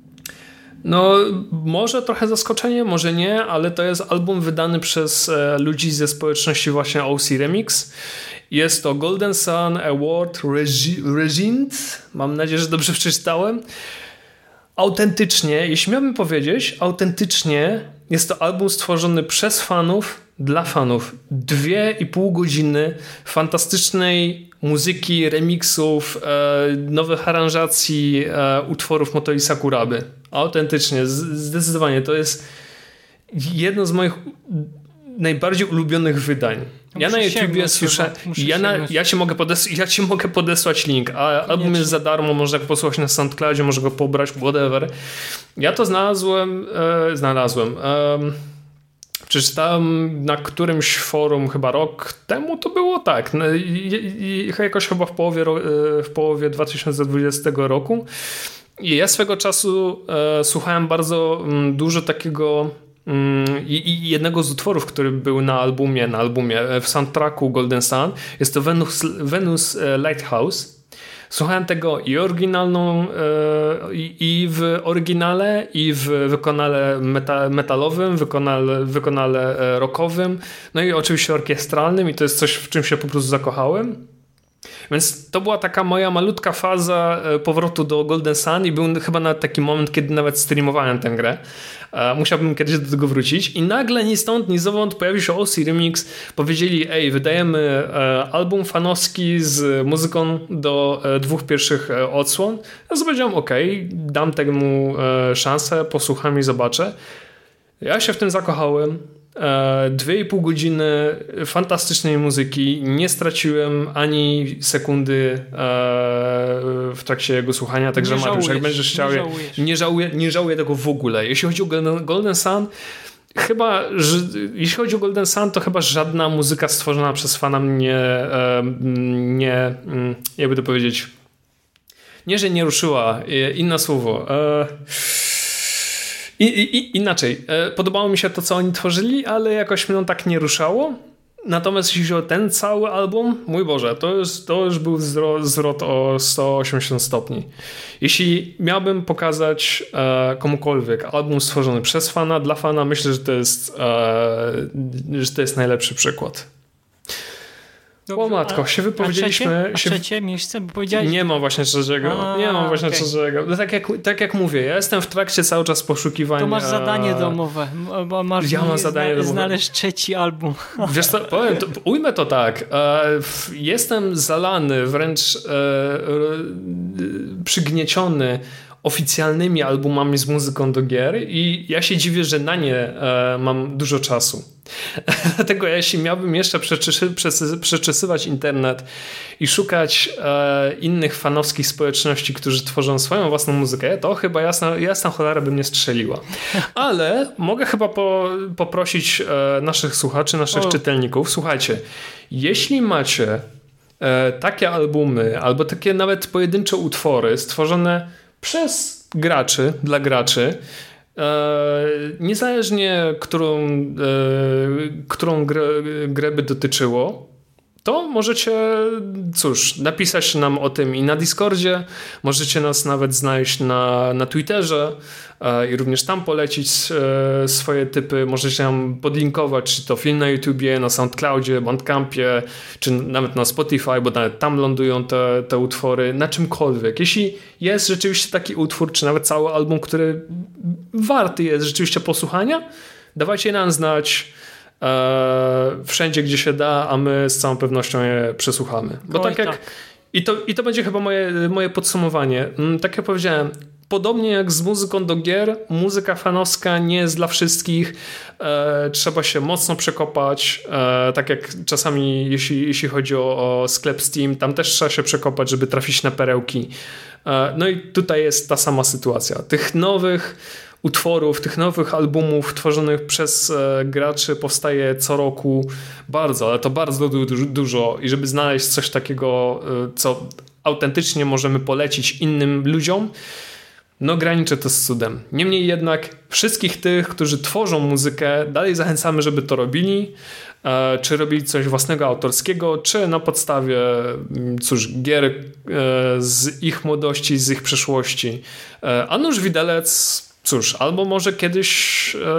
Speaker 4: No, może trochę zaskoczenie, może nie, ale to jest album wydany przez e, ludzi ze społeczności właśnie O C Remix. Jest to Golden Sun Award Regent. Mam nadzieję, że dobrze przeczytałem. Autentycznie, jeśli miałbym powiedzieć, autentycznie jest to album stworzony przez fanów, dla fanów. Dwie i pół godziny fantastycznej muzyki, remixów, e, nowych aranżacji, e, utworów Motoi Sakuraby. Autentycznie, zdecydowanie. To jest jedno z moich najbardziej ulubionych wydań. Ja na YouTubie słyszę, ja, na, ja, ci mogę podes- ja ci mogę podesłać link, a album jest za darmo, można go posłuchać na SoundCloudzie, można go pobrać, whatever. Ja to znalazłem, e, znalazłem. E, przeczytałem na którymś forum chyba rok temu, to było tak, no, i, i, jakoś chyba w połowie, w połowie dwa tysiące dwudziestego roku. I ja swego czasu e, słuchałem bardzo m, dużo takiego I, i jednego z utworów, który był na albumie, na albumie w soundtracku Golden Sun, jest to Venus, Venus Lighthouse. Słuchałem tego i oryginalną, i, i w oryginale, i w wykonale meta, metalowym, wykonale, wykonale rockowym, no i oczywiście orkiestralnym, i to jest coś, w czym się po prostu zakochałem. Więc to była taka moja malutka faza powrotu do Golden Sun i był chyba nawet taki moment, kiedy nawet streamowałem tę grę. Musiałbym kiedyś do tego wrócić i nagle ni stąd, ni zowąd pojawił się O C Remix. Powiedzieli, ej, wydajemy album fanowski z muzyką do dwóch pierwszych odsłon. Ja sobie powiedziałem, okej, okay, dam temu szansę, posłucham i zobaczę. Ja się w tym zakochałem. Dwie i pół godziny fantastycznej muzyki. Nie straciłem ani sekundy w trakcie jego słuchania, także Mariusz, jak będziesz chciał, nie, nie, żałuję, nie żałuję tego w ogóle. Jeśli chodzi o Golden Sun, chyba, że, jeśli chodzi o Golden Sun, to chyba żadna muzyka stworzona przez fana mnie nie, jakby to powiedzieć, nie, że nie ruszyła, inne słowo. I, i, inaczej, podobało mi się to, co oni tworzyli, ale jakoś mnie tak nie ruszało. Natomiast jeśli chodzi o ten cały album, mój Boże, to już, to już był zwrot, zwrot o sto osiemdziesiąt stopni. Jeśli miałbym pokazać e, komukolwiek album stworzony przez fana, dla fana, myślę, że to jest, e, że to jest najlepszy przykład. Dobrze, o matko, się wypowiedzieliśmy.
Speaker 5: A trzecie, a trzecie miejsce, bo powiedziałeś...
Speaker 4: Nie mam właśnie trzeciego. A, nie mam właśnie okay. trzeciego. No tak, jak, tak jak mówię, ja jestem w trakcie cały czas poszukiwania.
Speaker 5: To masz zadanie domowe. Bo masz
Speaker 4: ja mam zadanie domowe.
Speaker 5: Znaleźć trzeci album.
Speaker 4: Wiesz co, powiem, to, ujmę to tak. Jestem zalany, wręcz przygnieciony oficjalnymi albumami z muzyką do gier i ja się dziwię, że na nie e, mam dużo czasu. Dlatego jeśli miałbym jeszcze przeczesy, przeczesywać internet i szukać e, innych fanowskich społeczności, którzy tworzą swoją własną muzykę, to chyba jasna, jasna cholera by mnie strzeliła. Ale mogę chyba po, poprosić e, naszych słuchaczy, naszych o. czytelników, słuchajcie, jeśli macie e, takie albumy albo takie nawet pojedyncze utwory stworzone przez graczy, dla graczy, niezależnie którą, którą grę, grę by dotyczyło, to możecie, cóż, napisać nam o tym i na Discordzie, możecie nas nawet znaleźć na, na Twitterze i również tam polecić swoje typy, możecie nam podlinkować, czy to film na YouTubie, na SoundCloudzie, Bandcampie, czy nawet na Spotify, bo nawet tam lądują te, te utwory, na czymkolwiek. Jeśli jest rzeczywiście taki utwór, czy nawet cały album, który warty jest rzeczywiście posłuchania, dawajcie nam znać wszędzie, gdzie się da, a my z całą pewnością je przesłuchamy. Bo Oj, tak jak tak. I, to, i to będzie chyba moje, moje podsumowanie. Tak jak powiedziałem, podobnie jak z muzyką do gier, muzyka fanowska nie jest dla wszystkich. E, trzeba się mocno przekopać. E, tak jak czasami, jeśli, jeśli chodzi o, o sklep Steam, tam też trzeba się przekopać, żeby trafić na perełki. E, no i tutaj jest ta sama sytuacja. Tych nowych utworów, tych nowych albumów tworzonych przez e, graczy powstaje co roku bardzo, ale to bardzo du- dużo i żeby znaleźć coś takiego, e, co autentycznie możemy polecić innym ludziom, no graniczy to z cudem. Niemniej jednak wszystkich tych, którzy tworzą muzykę, dalej zachęcamy, żeby to robili, e, czy robili coś własnego, autorskiego, czy na podstawie cóż, gier e, z ich młodości, z ich przeszłości. E, a nuż widelec, cóż, albo może kiedyś e,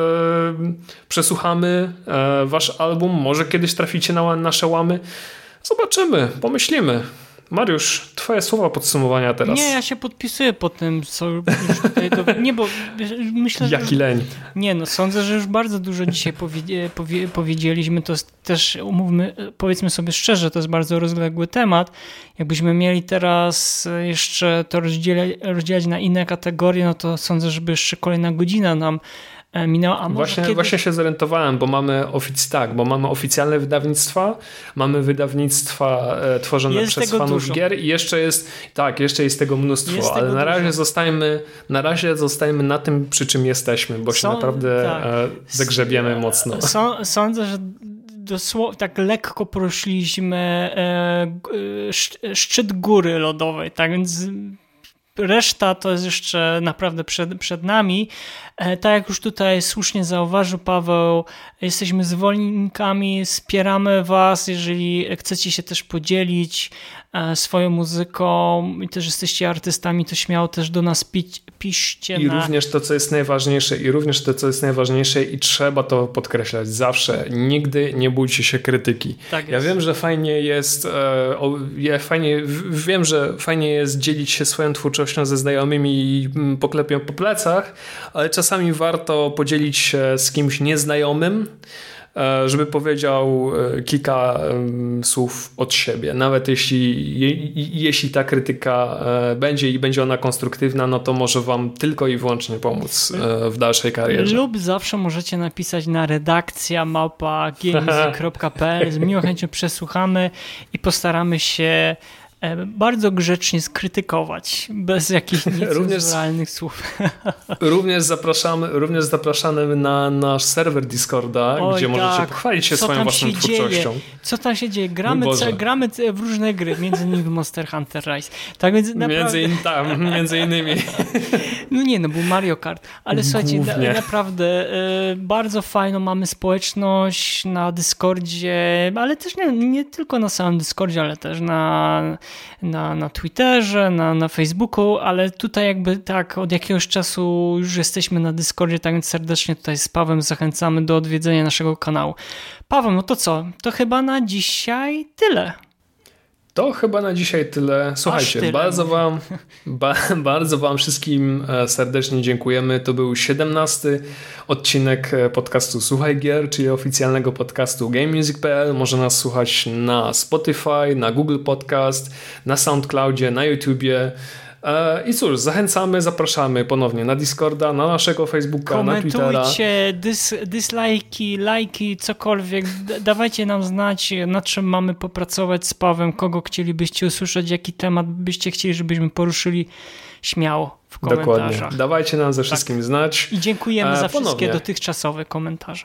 Speaker 4: przesłuchamy e, wasz album, może kiedyś traficie na nasze łamy. Zobaczymy, pomyślimy. Mariusz, twoje słowa podsumowania teraz.
Speaker 5: Nie, ja się podpisuję po tym, co już tutaj... Do... Nie, bo myślę, że...
Speaker 4: Jaki leń.
Speaker 5: Nie, no sądzę, że już bardzo dużo dzisiaj powie... Powie... powiedzieliśmy. To też, umówmy, powiedzmy sobie szczerze, to jest bardzo rozległy temat. Jakbyśmy mieli teraz jeszcze to rozdzielać, rozdzielać na inne kategorie, no to sądzę, żeby jeszcze kolejna godzina nam minęła. A może
Speaker 4: właśnie,
Speaker 5: kiedy...
Speaker 4: właśnie się zorientowałem, bo mamy ofic... tak, bo mamy oficjalne wydawnictwa, mamy wydawnictwa e, tworzone jest przez fanów dużo. Gier i jeszcze jest tak, jeszcze jest tego mnóstwo, jest ale tego na razie zostajmy na razie zostajemy na tym, przy czym jesteśmy, bo Są, się naprawdę tak. e, zagrzebiemy mocno.
Speaker 5: Są, sądzę, że dosłownie tak lekko poruszyliśmy e, szczyt góry lodowej, tak więc reszta to jest jeszcze naprawdę przed, przed nami. E, tak jak już tutaj słusznie zauważył Paweł, jesteśmy zwolennikami, wspieramy was, jeżeli chcecie się też podzielić e, swoją muzyką i też jesteście artystami, to śmiało też do nas pić, piszcie.
Speaker 4: I
Speaker 5: na...
Speaker 4: również to, co jest najważniejsze, i również to, co jest najważniejsze i trzeba to podkreślać zawsze, nigdy nie bójcie się krytyki.
Speaker 5: Tak
Speaker 4: ja wiem, że fajnie jest e, o, ja fajnie, w, wiem, że fajnie jest dzielić się swoją twórczością ze znajomymi i poklepią po plecach, ale czasami warto podzielić się z kimś nieznajomym, żeby powiedział kilka słów od siebie. Nawet jeśli, je, jeśli ta krytyka będzie i będzie ona konstruktywna, no to może wam tylko i wyłącznie pomóc w dalszej karierze.
Speaker 5: Lub zawsze możecie napisać na redakcja małpa gmusic kropka p l. Z miłą chęcią przesłuchamy i postaramy się bardzo grzecznie skrytykować, bez jakichś niecenzuralnych słów.
Speaker 4: Również zapraszamy, również zapraszamy na nasz serwer Discorda, Oj, gdzie tak. możecie pochwalić się
Speaker 5: Co
Speaker 4: swoją własną
Speaker 5: się
Speaker 4: twórczością.
Speaker 5: Dzieje? Co tam się dzieje? Gramy, c- gramy c- w różne gry, między innymi w Monster Hunter Rise. Tak więc naprawdę...
Speaker 4: między, in, tam, między innymi.
Speaker 5: No nie, no był Mario Kart, ale słuchajcie, na, naprawdę y, bardzo fajną mamy społeczność na Discordzie, ale też nie, nie tylko na samym Discordzie, ale też na Na, na Twitterze, na, na Facebooku, ale tutaj jakby tak od jakiegoś czasu już jesteśmy na Discordzie, tak więc serdecznie tutaj z Pawłem zachęcamy do odwiedzenia naszego kanału. Paweł, no to co? To chyba na dzisiaj tyle.
Speaker 4: To chyba na dzisiaj tyle. Słuchajcie, bardzo wam, ba, bardzo wam wszystkim serdecznie dziękujemy. To był siedemnasty odcinek podcastu Słuchaj Gier, czyli oficjalnego podcastu game music kropka p l. Można nas słuchać na Spotify, na Google Podcast, na SoundCloudzie, na YouTubie. I cóż, zachęcamy, zapraszamy ponownie na Discorda, na naszego Facebooka, na Twittera.
Speaker 5: Komentujcie, dys, dislajki, lajki, cokolwiek. Dawajcie nam znać, nad czym mamy popracować z Pawłem, kogo chcielibyście usłyszeć, jaki temat byście chcieli, żebyśmy poruszyli. Śmiało w komentarzach.
Speaker 4: Dokładnie. Dawajcie nam ze wszystkim tak. znać.
Speaker 5: I dziękujemy
Speaker 4: e,
Speaker 5: za
Speaker 4: ponownie.
Speaker 5: wszystkie dotychczasowe komentarze.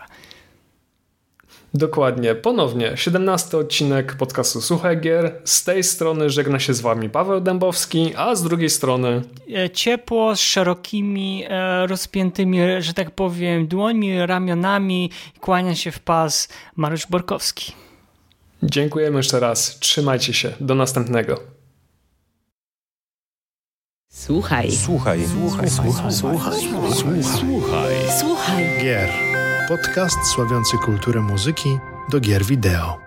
Speaker 4: Dokładnie. Ponownie siedemnasty odcinek podcastu Słuchaj Gier. Z tej strony żegna się z wami Paweł Dębowski, a z drugiej strony
Speaker 5: ciepło, z szerokimi, rozpiętymi, że tak powiem, dłońmi, ramionami, kłania się w pas Mariusz Borkowski.
Speaker 4: Dziękujemy jeszcze raz. Trzymajcie się. Do następnego.
Speaker 2: Słuchaj. Słuchaj. Słuchaj. Słuchaj. Słuchaj. Słuchaj.
Speaker 3: Słuchaj. Gier. Podcast sławiący kulturę muzyki do gier wideo.